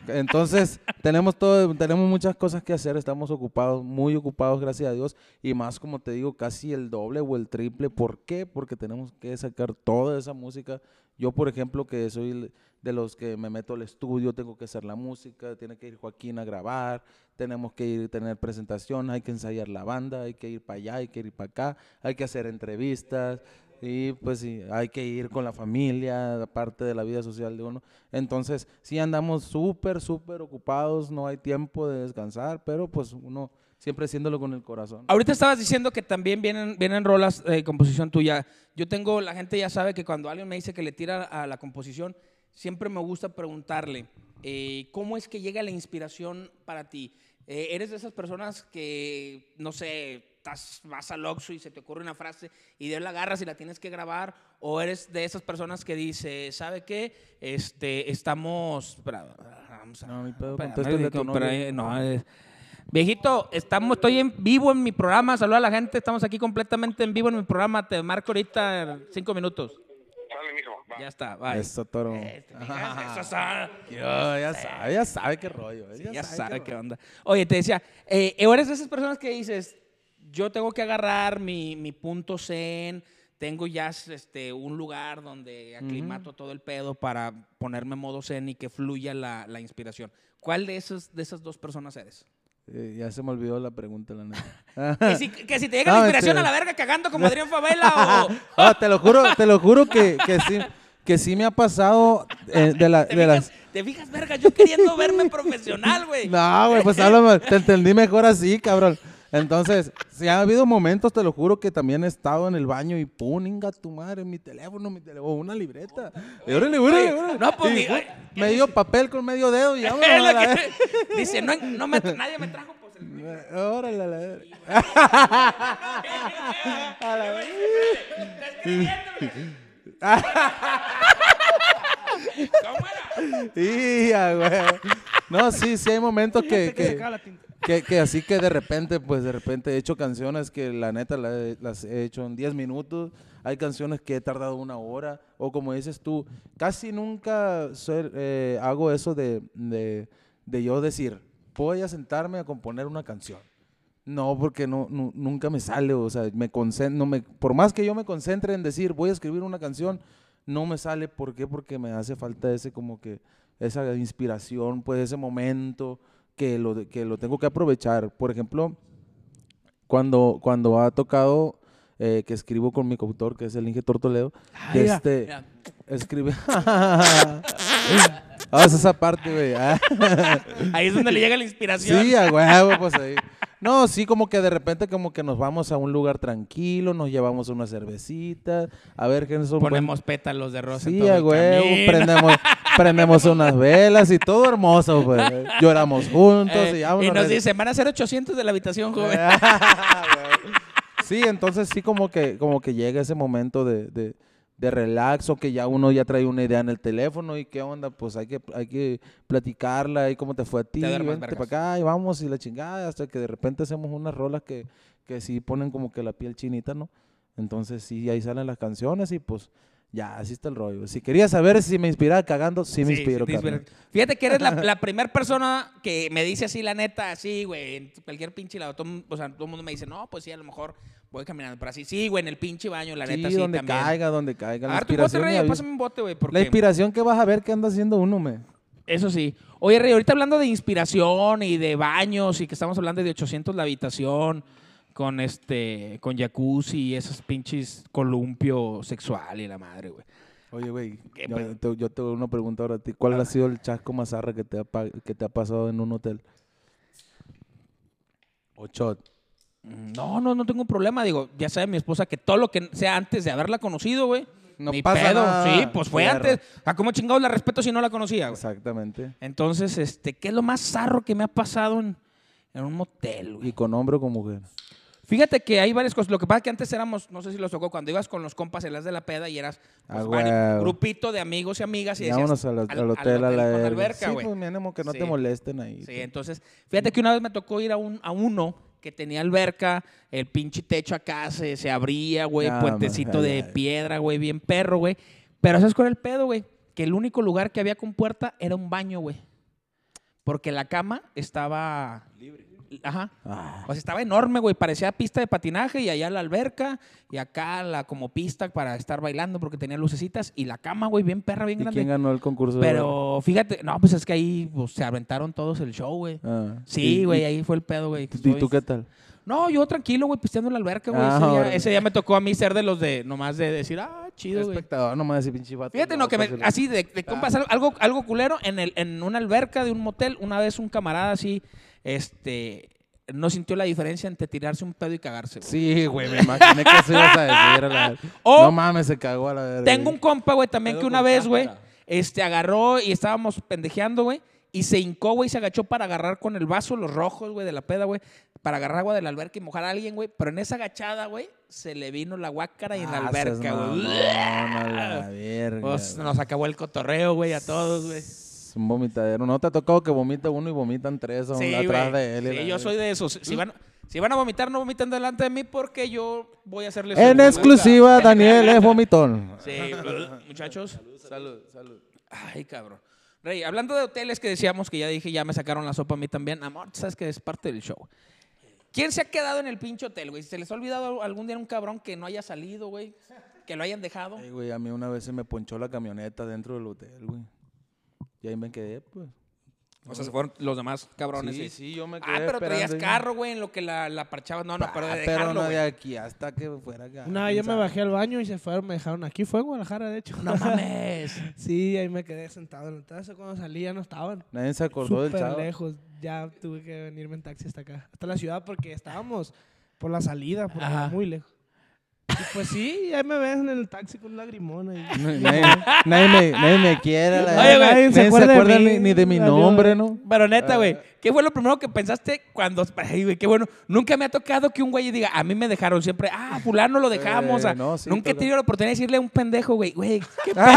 Entonces, tenemos todo, tenemos muchas cosas que hacer, estamos ocupados, muy ocupados, gracias a Dios, y más, como te digo, casi el doble o el triple. ¿Por qué? Porque tenemos que sacar toda esa música. Yo, por ejemplo, que soy de los que me meto al estudio, tengo que hacer la música, tiene que ir Joaquín a grabar, tenemos que ir a tener presentación, hay que ensayar la banda, hay que ir para allá, hay que ir para acá, hay que hacer entrevistas. Y pues sí, hay que ir con la familia, aparte de la vida social de uno. Entonces, sí andamos súper, súper ocupados, no hay tiempo de descansar, pero pues uno siempre haciéndolo con el corazón. Ahorita estabas diciendo que también vienen, vienen rolas de composición tuya. Yo tengo, la gente ya sabe que cuando alguien me dice que le tira a la composición, siempre me gusta preguntarle, eh, ¿cómo es que llega la inspiración para ti? Eh, ¿Eres de esas personas que, no sé, estás, vas al Oxxo y se te ocurre una frase y de la agarras y la tienes que grabar? ¿O eres de esas personas que dice, ¿sabe qué? Este, estamos... Espera, vamos a, No, mi pedo, espérame, contéstale a tu por ahí, novio. no, es- Viejito, estamos, estoy en vivo en mi programa. Saluda a la gente. Estamos aquí completamente en vivo en mi programa. Te marco ahorita en cinco minutos. Sale, mijo. Va. Ya está, bye. Eso, toro. Eh, ¿te fijas? Eso está- Yo, ya sabe, ya sabe qué rollo. Sí, ella ya sabe qué qué rollo. onda. Oye, te decía, eh, ¿eres de esas personas que dices, yo tengo que agarrar mi, mi punto zen, tengo ya este, un lugar donde aclimato todo el pedo para ponerme en modo zen y que fluya la, la inspiración? ¿Cuál de, esos, de esas dos personas eres? Eh, ya se me olvidó la pregunta, la neta. Que si, que si te llega No, la inspiración este- a la verga cagando como Adrián Favela o... Ah, te lo juro, te lo juro que, que sí, que sí me ha pasado eh, de la, ¿Te de fijas, las. ¿Te fijas, verga? Yo queriendo verme profesional, güey. No, güey, pues háblame, te entendí mejor así, cabrón. Entonces, sí ha habido momentos, te lo juro, que también he estado en el baño y pum, inga tu madre, mi teléfono, mi teléfono, una libreta. Y órale, órale, órale. no, pues, Y, mi- pum, ay, medio papel con medio dedo y vámonos Es lo a la que- vez. dice, no, no me, nadie me trajo, pues el... Órale, a la vez. A la vez. ¿Cómo era? Y ya, güey. No, sí, sí hay momentos que, Que se que, acaba la tinta. que, que así que de repente, pues de repente he hecho canciones que la neta la he- las he hecho en diez minutos. Hay canciones que he tardado una hora. O como dices tú, casi nunca soy- eh, hago eso de, de, de yo decir, voy a sentarme a componer una canción. No, porque no, nu- nunca me sale, o sea, me concen- no me, por más que yo me concentre en decir, voy a escribir una canción, no me sale. ¿Por qué? Porque me hace falta ese como que, esa inspiración, pues ese momento que lo, de- que lo tengo que aprovechar. Por ejemplo, cuando, cuando ha tocado, eh, que escribo con mi coautor, que es el Inge Tortoledo, que mira, este, mira. escribe... Ah, es esa parte, güey. Ah. Ahí es donde le llega la inspiración. Sí, a huevo, pues ahí. No, sí, como que de repente como que nos vamos a un lugar tranquilo, nos llevamos una cervecita, a ver qué son. Ponemos pétalos de rosa en Sí, todo a el huevo, camino. prendemos, prendemos unas velas y todo hermoso, pues. Lloramos juntos Eh, y y vámonos. nos dicen, van a ser ochocientos de la habitación, joven. Sí, entonces sí como que, como que llega ese momento de, de, de relax, o que ya uno ya trae una idea en el teléfono y qué onda, pues hay que, hay que platicarla y cómo te fue a ti, Te duermes, vente vergas. para acá y vamos y la chingada, hasta que de repente hacemos unas rolas que, que sí ponen como que la piel chinita, ¿no? Entonces sí, ahí salen las canciones y pues ya, así está el rollo. Si querías saber si me inspiraba cagando, sí me Sí, inspiro, sí te carnal. inspira. Fíjate que eres la, la primera persona que me dice así, la neta, así, güey, en cualquier pinche lado. Todo, o sea, todo el mundo me dice, no, pues sí, a lo mejor voy caminando. Pero así, sí, güey, en el pinche baño, la Sí, neta, sí, donde también. caiga, donde caiga. A La ver, tu bote, inspiración, Rey, me avisa. pásame un bote, güey, porque... La inspiración que vas a ver que anda haciendo uno, me. Eso sí. Oye, Rey, ahorita hablando de inspiración y de baños y que estamos hablando de ochocientos la habitación con este, con jacuzzi y esos pinches columpio sexual y la madre, güey. Oye, güey, ¿Qué yo, pedo? te, yo te doy una pregunta ahora a ti. ¿Cuál ha sido el chasco más zarra que te ha, pa- que te ha pasado en un hotel? O shot. No, no, no tengo problema. Digo, ya sabe mi esposa que todo lo que sea antes de haberla conocido, güey. No ni pasa pedo. nada. Sí, pues fue Fierro. antes. ¿A cómo chingados la respeto si no la conocía, güey? Exactamente. Entonces, este, ¿qué es lo más zarro que me ha pasado en, en un motel, güey? ¿Y con hombre o con mujer? Fíjate que hay varias cosas. Lo que pasa es que antes éramos, no sé si los tocó, cuando ibas con los compas en las de la peda y eras pues, Ah, vari- huevo. grupito de amigos y amigas y decías, Vámonos al, al hotel, a la con verga. alberca, Sí, güey. pues mínimo que no Sí. te molesten ahí. Sí, entonces, fíjate que una vez me tocó ir a, un, a uno que tenía alberca, el pinche techo acá se, se abría, güey, Ah, puentecito man, de ay, ay. piedra, güey, bien perro, güey. Pero ¿sabes cuál era el pedo, güey? Que el único lugar que había con puerta era un baño, güey. porque la cama estaba... Libre. Ajá. Ah. O sea, estaba enorme, güey. Parecía pista de patinaje y allá la alberca y acá la como pista para estar bailando porque tenía lucecitas y la cama, güey, bien perra, bien ¿Y grande. quién ganó el concurso? de Pero fíjate, no, pues es que ahí pues, se aventaron todos el show, güey. baile? Ah. Sí, ¿Y- güey, y- ahí fue el pedo, güey. que ¿Y tú estoy- qué tal? No, yo tranquilo, güey, pisteando en la alberca, güey. Ah, ese, día, órale. ese día me tocó a mí ser de los de, nomás de decir, ah, chido, güey. Espectador, nomás ese pinche vato. Fíjate, no, que me- loco, se le- así de, de compas, algo- algo, algo culero en, el, en una alberca de un motel. Una vez un camarada así, este, no sintió la diferencia entre tirarse un pedo y cagarse, güey. Sí, güey, me imaginé que eso ibas a decir. a la- O- No mames, se cagó a la verga. Tengo un compa, güey, también Pedo que una con vez, güey, cáscara. este, agarró y estábamos pendejeando, güey, y se hincó, güey, y se agachó para agarrar con el vaso los rojos, güey, de la peda, güey, para agarrar agua de la alberca y mojar a alguien, güey. Pero en esa agachada, güey, se le vino la guácara y en la Ah, seas alberca, güey. mamón, a la verga. Pues güey. nos acabó el cotorreo, güey, a todos, güey. Es un vomitadero. ¿No te ha tocado que vomita uno y vomitan tres a un- Sí, atrás güey. de él? y Sí, la yo verga? soy de esos. Si van, si van a vomitar, no vomiten delante de mí porque yo voy a hacerles... En un- exclusiva, Daniel es vomitón. Sí, muchachos. Salud, salud. Ay, cabrón. Rey, hablando de hoteles que decíamos que ya dije, ya me sacaron la sopa a mí también. Amor, sabes que es parte del show. ¿Quién se ha quedado en el pinche hotel, güey? ¿Se les ha olvidado algún día un cabrón que no haya salido, güey? Que lo hayan dejado. Ay, güey, a mí una vez se me ponchó la camioneta dentro del hotel, güey. Y ahí me quedé, pues. O sea, se fueron los demás cabrones. Sí, Sí, sí, yo me quedé Ah, pero traías esperando ahí. carro, güey, en lo que la, la parchabas. No, no, pero de Ah, dejarlo, pero no güey. de aquí hasta que fuera acá. Una vez yo me ¿quién sabe? bajé al baño y se fueron, me dejaron aquí. Fue en Guadalajara, de hecho. No mames. Sí, ahí me quedé sentado. Entonces cuando salí ya no estaban. Nadie se acordó del Súper chavo. lejos. Ya tuve que venirme en taxi hasta acá. Hasta la ciudad porque estábamos por la salida, porque Ajá. era muy lejos. Y pues sí, ahí me ven en el taxi con un lagrimón ahí. Nadie, nadie me, nadie me quiere. La Oye, güey, nadie se acuerda, ni, ni de mi Adiós. nombre, ¿no? Pero neta, güey, Ah. ¿qué fue lo primero que pensaste cuando... Ay, güey, qué bueno. Nunca me ha tocado que un güey diga, a mí me dejaron siempre, ah, fulano lo dejamos. Eh, o sea, no, sí, nunca he todo. tenido la oportunidad de decirle a un pendejo, güey, güey, qué pedo.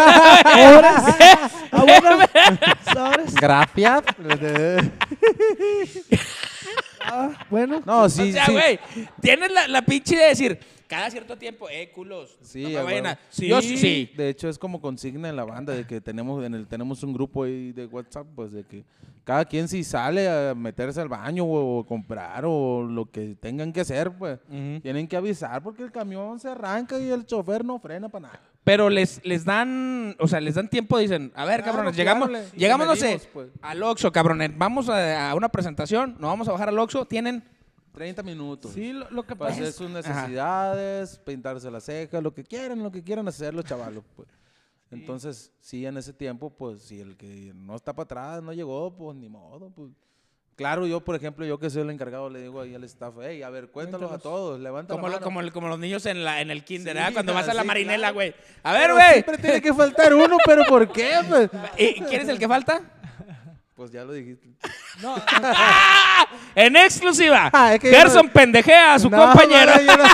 Ah, bueno, ¿sabes? Gracias. Ah, bueno. No, sí, o sea, sí. güey, tienes la, la pinche de decir, cada cierto tiempo, eh, culos, Sí, no me a vayan a... huevo. Sí. Yo sí, sí. De hecho, es como consigna en la banda de que tenemos en el tenemos un grupo ahí de WhatsApp, pues de que cada quien si sale a meterse al baño o, o comprar o lo que tengan que hacer, pues Ujú. tienen que avisar porque el camión se arranca y el chofer no frena para nada. Pero les, les dan, o sea, les dan tiempo, dicen, a ver, Claro, cabrones, claro, llegamos, le- llegamos, no le sé, medimos, pues. al Oxxo, cabrones, vamos a, a una presentación, nos vamos a bajar al Oxxo, tienen... treinta minutos. Sí, lo, lo que Para pasa hacer es... sus necesidades, pintarse las cejas, lo que quieran, lo que quieran hacer los chavalos, pues. Entonces, sí, en ese tiempo, pues, si el que no está para atrás no llegó, pues, ni modo, pues. Claro, yo, por ejemplo, yo que soy el encargado, le digo ahí al staff, hey, a ver, cuéntalos a todos, levanta Como, la lo- mano. como, el- como los niños en, la, en el kinder, Sí, ¿verdad? Cuando vas a la sí, marinela, claro. güey. A ver, Pero güey. siempre tiene que faltar uno, pero ¿por qué? Pues, ¿Y quién es el que falta? pues ya lo dijiste. No, ¡Ah! En exclusiva, Ah, es que yo Gerson no- pendejea a su No, compañero. mano, yo no,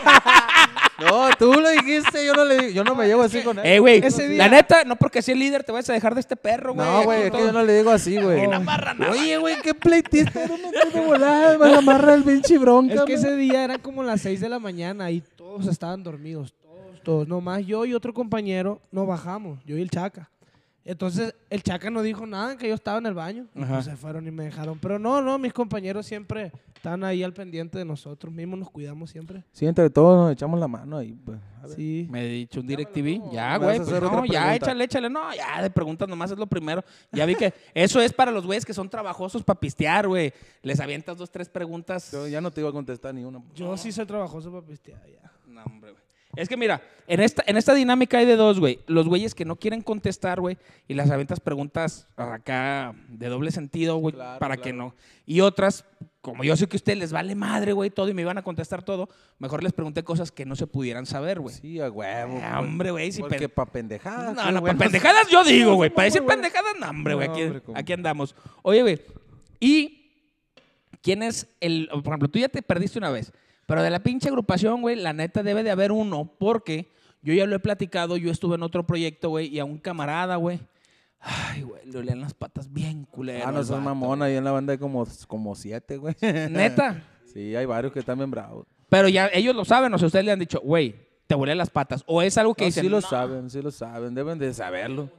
no, tú lo dijiste, yo no, le, yo no me llevo así con él. Eh, güey, Ese la día- neta, no porque sea el líder te vayas a dejar de este perro, güey. No, güey, Aquí es que todo- yo no le digo así, güey. No amarra nada. Oye, güey, qué pleitista, no me de volada, me amarra el pinche bronca. es que man. ese día eran como las seis de la mañana y todos estaban dormidos. Todos, todos. Nomás yo y otro compañero nos bajamos, yo y el Chaca. Entonces, el Chaca no dijo nada, que yo estaba en el baño. Y Ajá. pues se fueron y me dejaron. Pero no, no, mis compañeros siempre están ahí al pendiente de nosotros mismos, nos cuidamos siempre. Sí, entre todos nos echamos la mano ahí, pues. A ver. Sí. Me he dicho un DirecTV. Ya, ¿Me güey. vas a Pues hacer no, otra ya, pregunta? échale, échale. No, ya, de preguntas nomás es lo primero. Ya vi que eso es para los güeyes que son trabajosos para pistear, güey. Les avientas dos, tres preguntas. Yo ya no te iba a contestar ni una. Yo sí soy trabajoso para pistear ya. No, hombre, güey. Es que mira, en esta, en esta dinámica hay de dos, güey. Los güeyes que no quieren contestar, güey, y las aventas preguntas acá de doble sentido, güey, Claro, para claro. que no. Y otras, como yo sé que a ustedes les vale madre, güey, todo y me iban a contestar todo, mejor les pregunté cosas que no se pudieran saber, güey. Sí, a huevo. Ah, hombre, güey, si Porque pen- para pendejadas. No, qué no, bueno. para pendejadas yo digo, güey. Sí, Para muy decir bueno. pendejadas, no, hombre, güey. No, Aquí, hombre, ¿cómo? aquí andamos. Oye, güey. ¿Y quién es el. Por ejemplo, tú ya te perdiste una vez. Pero de la pinche agrupación, güey, la neta debe de haber uno. Porque yo ya lo he platicado. Yo estuve en otro proyecto, güey. Y a un camarada, güey. Ay, güey, le olían las patas bien culero. Ah, no al seas vato, mamón, ahí en la banda hay como, como siete, güey. güey. Neta. Sí, hay varios que están bien bravos. Pero ya ellos lo saben. O sea, ustedes le han dicho, güey, te olían las patas. O es algo que No, dicen. sí lo "No". saben, sí lo saben, deben de saberlo.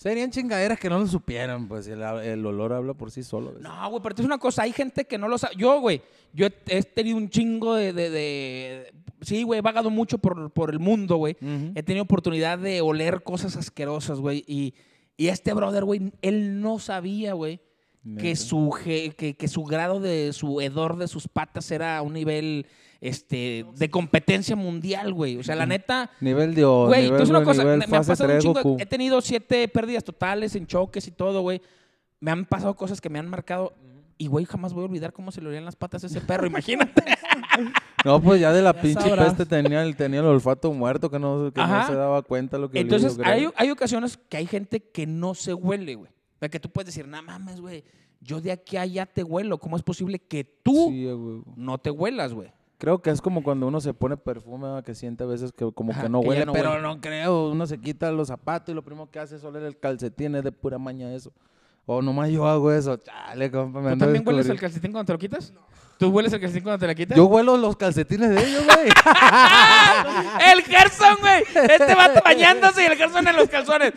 Serían chingaderas que no lo supieran, pues el, el olor habla por sí solo. ¿Ves? No, güey, pero es una cosa, hay gente que no lo sabe. Yo, güey, yo he, he tenido un chingo de... de, de sí, güey, he vagado mucho por, por el mundo, güey. Ujú. He tenido oportunidad de oler cosas asquerosas, güey. Y, y este brother, güey, él no sabía, güey, que Neta. su, ge- que, que su grado de su hedor de sus patas era a un nivel este, de competencia mundial, güey. O sea, la neta... Nivel Dios, Güey, nivel, tú es una cosa, nivel me, me ha fase pasado un tres chingo, Goku. he tenido siete pérdidas totales en choques y todo, güey. Me han pasado cosas que me han marcado y, güey, jamás voy a olvidar cómo se le olían las patas a ese perro, imagínate. No, pues ya de la Ya pinche sabrás. peste tenía el, tenía el olfato muerto que no, que no Ajá. se daba cuenta lo que olía, Entonces, yo creo. hay, hay ocasiones que hay gente que no se huele, güey. O sea, que tú puedes decir, no mames, güey, yo de aquí a allá te huelo. ¿Cómo es posible que tú Sí, a huevo. no te huelas, güey? Creo que es como cuando uno se pone perfume, ¿verdad? Que siente a veces que como Ajá, que no que ya huele, no pero huele. no creo. Uno se quita los zapatos y lo primero que hace es oler el calcetín, es de pura maña eso. O nomás yo hago eso. Chale, compa, me ¿Tú ando también hueles el descubriendo. calcetín cuando te lo quitas? ¿Tú hueles el calcetín cuando te lo quitas? Yo huelo los calcetines de ellos, güey. ¡El Gerson, güey! Este vato bañándose y el Gerson en los calzones.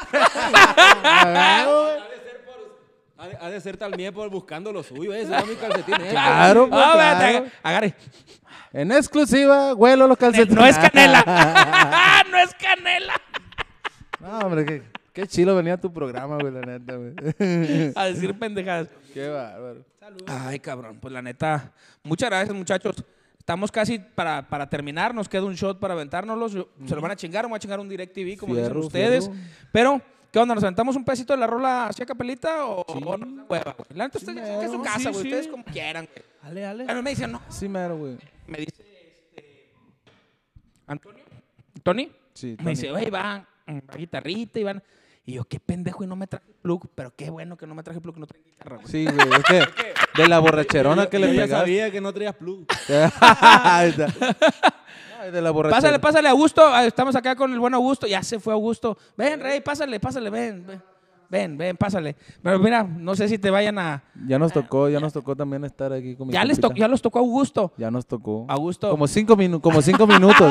Ha de, ha de ser tal por buscando lo suyo, ese era mi calcetín. eh. Claro, pues, Ah, claro. espérate, agarre. En exclusiva, huelo los calcetines. No es canela. No es canela. No, hombre, qué, qué chilo venía tu programa, güey, la neta, güey. A decir pendejadas. Qué bárbaro. Ay, cabrón. Pues la neta, muchas gracias, muchachos. Estamos casi para, para terminar. Nos queda un shot para aventárnoslos. Yo- Se lo van a chingar. Vamos a chingar un DirecTV, como Fierro, dicen ustedes. fierro. Pero, ¿qué onda? ¿Nos aventamos un pedacito de la rola hacia capelita o, o nos da hueva, güey? La neta, ustedes dicen que es su mero. casa, Sí, güey. sí. Ustedes como quieran, güey. Ale, ale. A mí me dicen, no. Sí, mero, güey. Me dice, este... ¿Antonio? ¿Tony? Sí, Me Tony. dice, oye, va, va guitarrita y van... Y yo, qué pendejo y no me traje plug. Pero qué bueno que no me traje plug y no traje guitarra, güey. Sí, güey, es que de la borracherona que le Yo ya pegaste. sabía que no traías plug. Ahí está. Ay, de la borrachera. Pásale, pásale, Augusto. Ah, estamos acá con el buen Augusto. Ya se fue Augusto. Ven, Rey, pásale, pásale, ven, ven. Ven, ven, pásale. Pero mira, no sé si te vayan a... Ya nos tocó, ya nos tocó también estar aquí con mi Ya, les to- compita. ya los tocó a Augusto. Ya nos tocó. Augusto. Como cinco, minu como cinco minutos.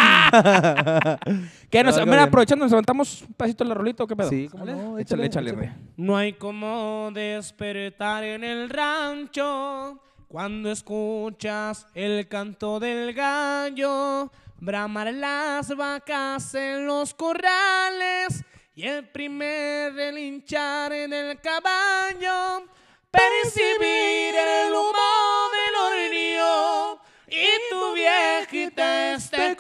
¿Qué nos, Salga mira, bien. aprovechando, nos levantamos un pasito de la rolita o qué pedo. Sí, cómo ¿Sale? no, Échale, échale, échale, échale. Rey. No hay como despertar en el rancho cuando escuchas el canto del gallo, bramar las vacas en los corrales y el primer relinchar en el caballo, percibir el humo del hornillo y tu viejita esté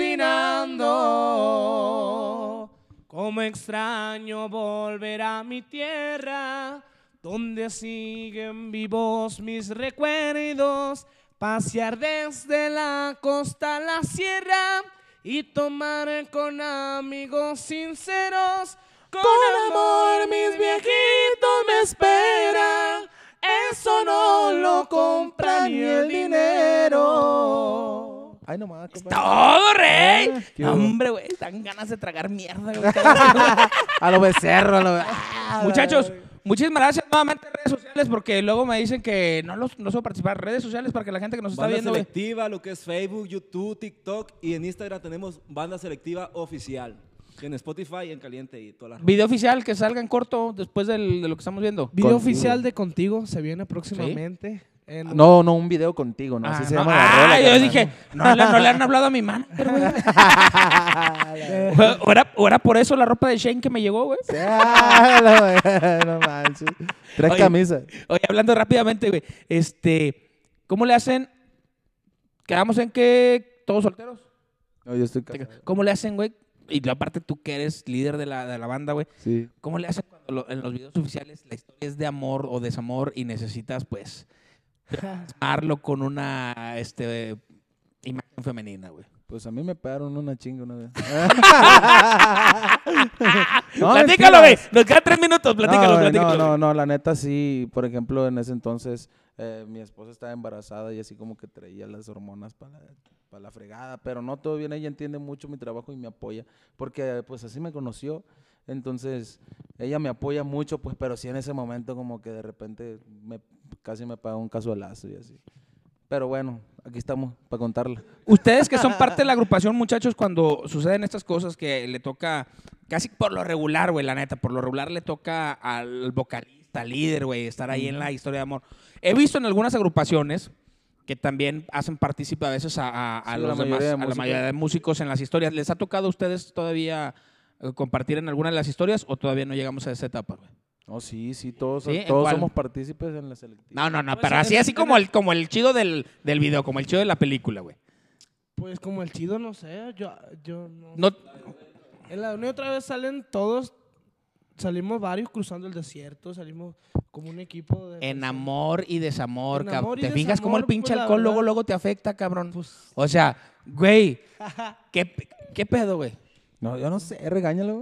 cocinando. Como extraño volver a mi tierra, donde siguen vivos mis recuerdos, pasear desde la costa a la sierra y tomar con amigos sinceros. Con amor mis viejitos me esperan, eso no lo compra ni el dinero. Ay, nomás, compa. ¡Todo, Rey! Ah, qué No, hubo. hombre, güey, dan ganas de tragar mierda, güey. A lo becerro, a lo Ah, Muchachos, muchísimas gracias nuevamente en redes sociales porque luego me dicen que no los no suelo participar. Redes sociales para que la gente que nos está Banda viendo, güey. selectiva, lo que es Facebook, YouTube, TikTok y en Instagram tenemos Banda Selectiva Oficial. Y en Spotify y en Caliente y todas las Video oficial que salga en corto después del- de lo que estamos viendo. Video Contigo. oficial de Contigo se viene próximamente. en- No, no, un video contigo, ¿no? Así Ah, se no. llama la Ah, rola, yo carnal. dije, no, le- no le han hablado a mi manager, güey. O era, o era por eso la ropa de Shane que me llegó, güey. Ah, la güey, no manches. Tres Oye, camisas. Oye, hablando rápidamente, güey. Este, ¿cómo le hacen? Quedamos en que todos solteros. No, yo estoy casado. ¿Cómo le hacen, güey? Y luego, aparte tú que eres líder de la, de la banda, güey. Sí. ¿Cómo le hacen cuando lo- en los videos oficiales la historia es de amor o desamor y necesitas, pues, plasmarlo con una este, imagen femenina, güey? Pues a mí me pegaron una chinga una vez. Platícalo, güey. Nos quedan tres minutos. Platícalo, no, güey, platícalo. no, no, güey. no, la neta sí, por ejemplo, en ese entonces eh, mi esposa estaba embarazada y así como que traía las hormonas para la, pa' la fregada, pero no, todo bien, ella entiende mucho mi trabajo y me apoya, porque pues así me conoció, entonces ella me apoya mucho, pues, pero sí en ese momento como que de repente me, casi me pagó un cazuelazo y así. Pero bueno, aquí estamos para contarla. Ustedes que son parte de la agrupación, muchachos, cuando suceden estas cosas que le toca, casi por lo regular, güey, la neta, por lo regular le toca al vocalista, al líder, güey, estar ahí en la historia de amor. He visto en algunas agrupaciones que también hacen partícipe a veces a, a, a Sí, los la demás, mayoría de a la músicos. mayoría de músicos en las historias. ¿Les ha tocado a ustedes todavía eh, compartir en alguna de las historias o todavía no llegamos a esa etapa, güey? No, sí, sí, todos, ¿Sí? ¿En todos cuál? somos partícipes en la selectiva. No, no, no, Pues, pero en- así, así en como el- el, como el chido del, del video, como el chido de la película, güey. Pues como el chido, no sé, yo, yo no... No, En la una y otra vez salen todos, salimos varios cruzando el desierto, salimos como un equipo de... en amor y desamor, En cabrón. amor y ¿Te fijas cómo el desamor, pinche pues, la alcohol luego, verdad. luego te afecta, cabrón? Pues- O sea, güey, ¿qué, qué pedo, güey? No, yo no sé, regáñalo.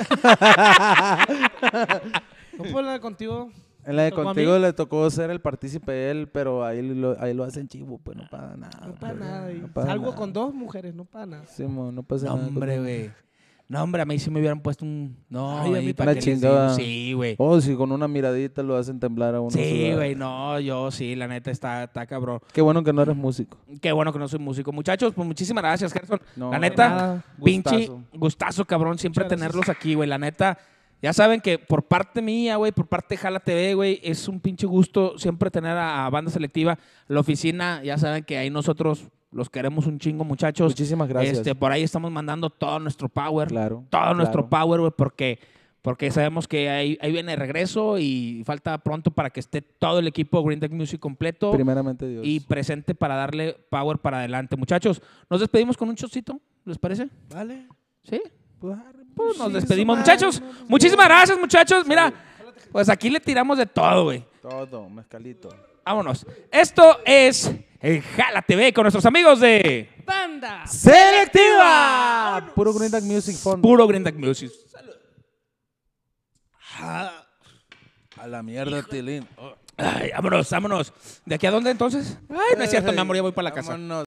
No, pues la de contigo... En la de ¿Tocó a contigo mí? le tocó ser el partícipe él, pero ahí lo, ahí lo hacen chivo, pues no pasa nada. No para pues, nada. y no pasa salgo nada. con dos mujeres, no para nada. Sí, mo, no pasa No, nada. hombre, con- güey. No, hombre, a mí sí me hubieran puesto un... No, Ay, a ahí mí para una qué les chingada. digo. Sí, güey. Oh, si con una miradita lo hacen temblar a uno. Sí, sudar. güey, no, yo sí, la neta está, está cabrón. Qué bueno que no eres músico. Qué bueno que no soy músico. Muchachos, pues muchísimas gracias, Gerson. No, la de neta, nada. pinche Gustazo. gustazo, cabrón, siempre Muchas tenerlos aquí, güey. La neta, ya saben que por parte mía, güey, por parte de Jala T V, güey, es un pinche gusto siempre tener a, a Banda Selectiva. La oficina, ya saben que ahí nosotros los queremos un chingo, muchachos. Muchísimas gracias. Este, por ahí estamos mandando todo nuestro power. Claro, Todo nuestro claro. power, güey, porque, porque sabemos que ahí, ahí viene el regreso y falta pronto para que esté todo el equipo Green Deck Music completo Primeramente Dios. y presente para darle power para adelante. Muchachos, nos despedimos con un shotcito, ¿les parece? ¿Vale? ¿Sí? Pues, arre, Pues nos Sí, despedimos, su madre, muchachos. no, no, no. Muchísimas gracias, muchachos. Mira, pues aquí le tiramos de todo, güey. todo, mezcalito. Vámonos. Esto es el Jala T V con nuestros amigos de ¡Banda! ¡Selectiva! Puro Green Deck Music Fondo. Puro Green Deck Music. A la mierda, Tilín. Ay, vámonos, vámonos. ¿De aquí a dónde entonces? Ay, no es cierto, mi amor, ya voy para la casa. Vámonos.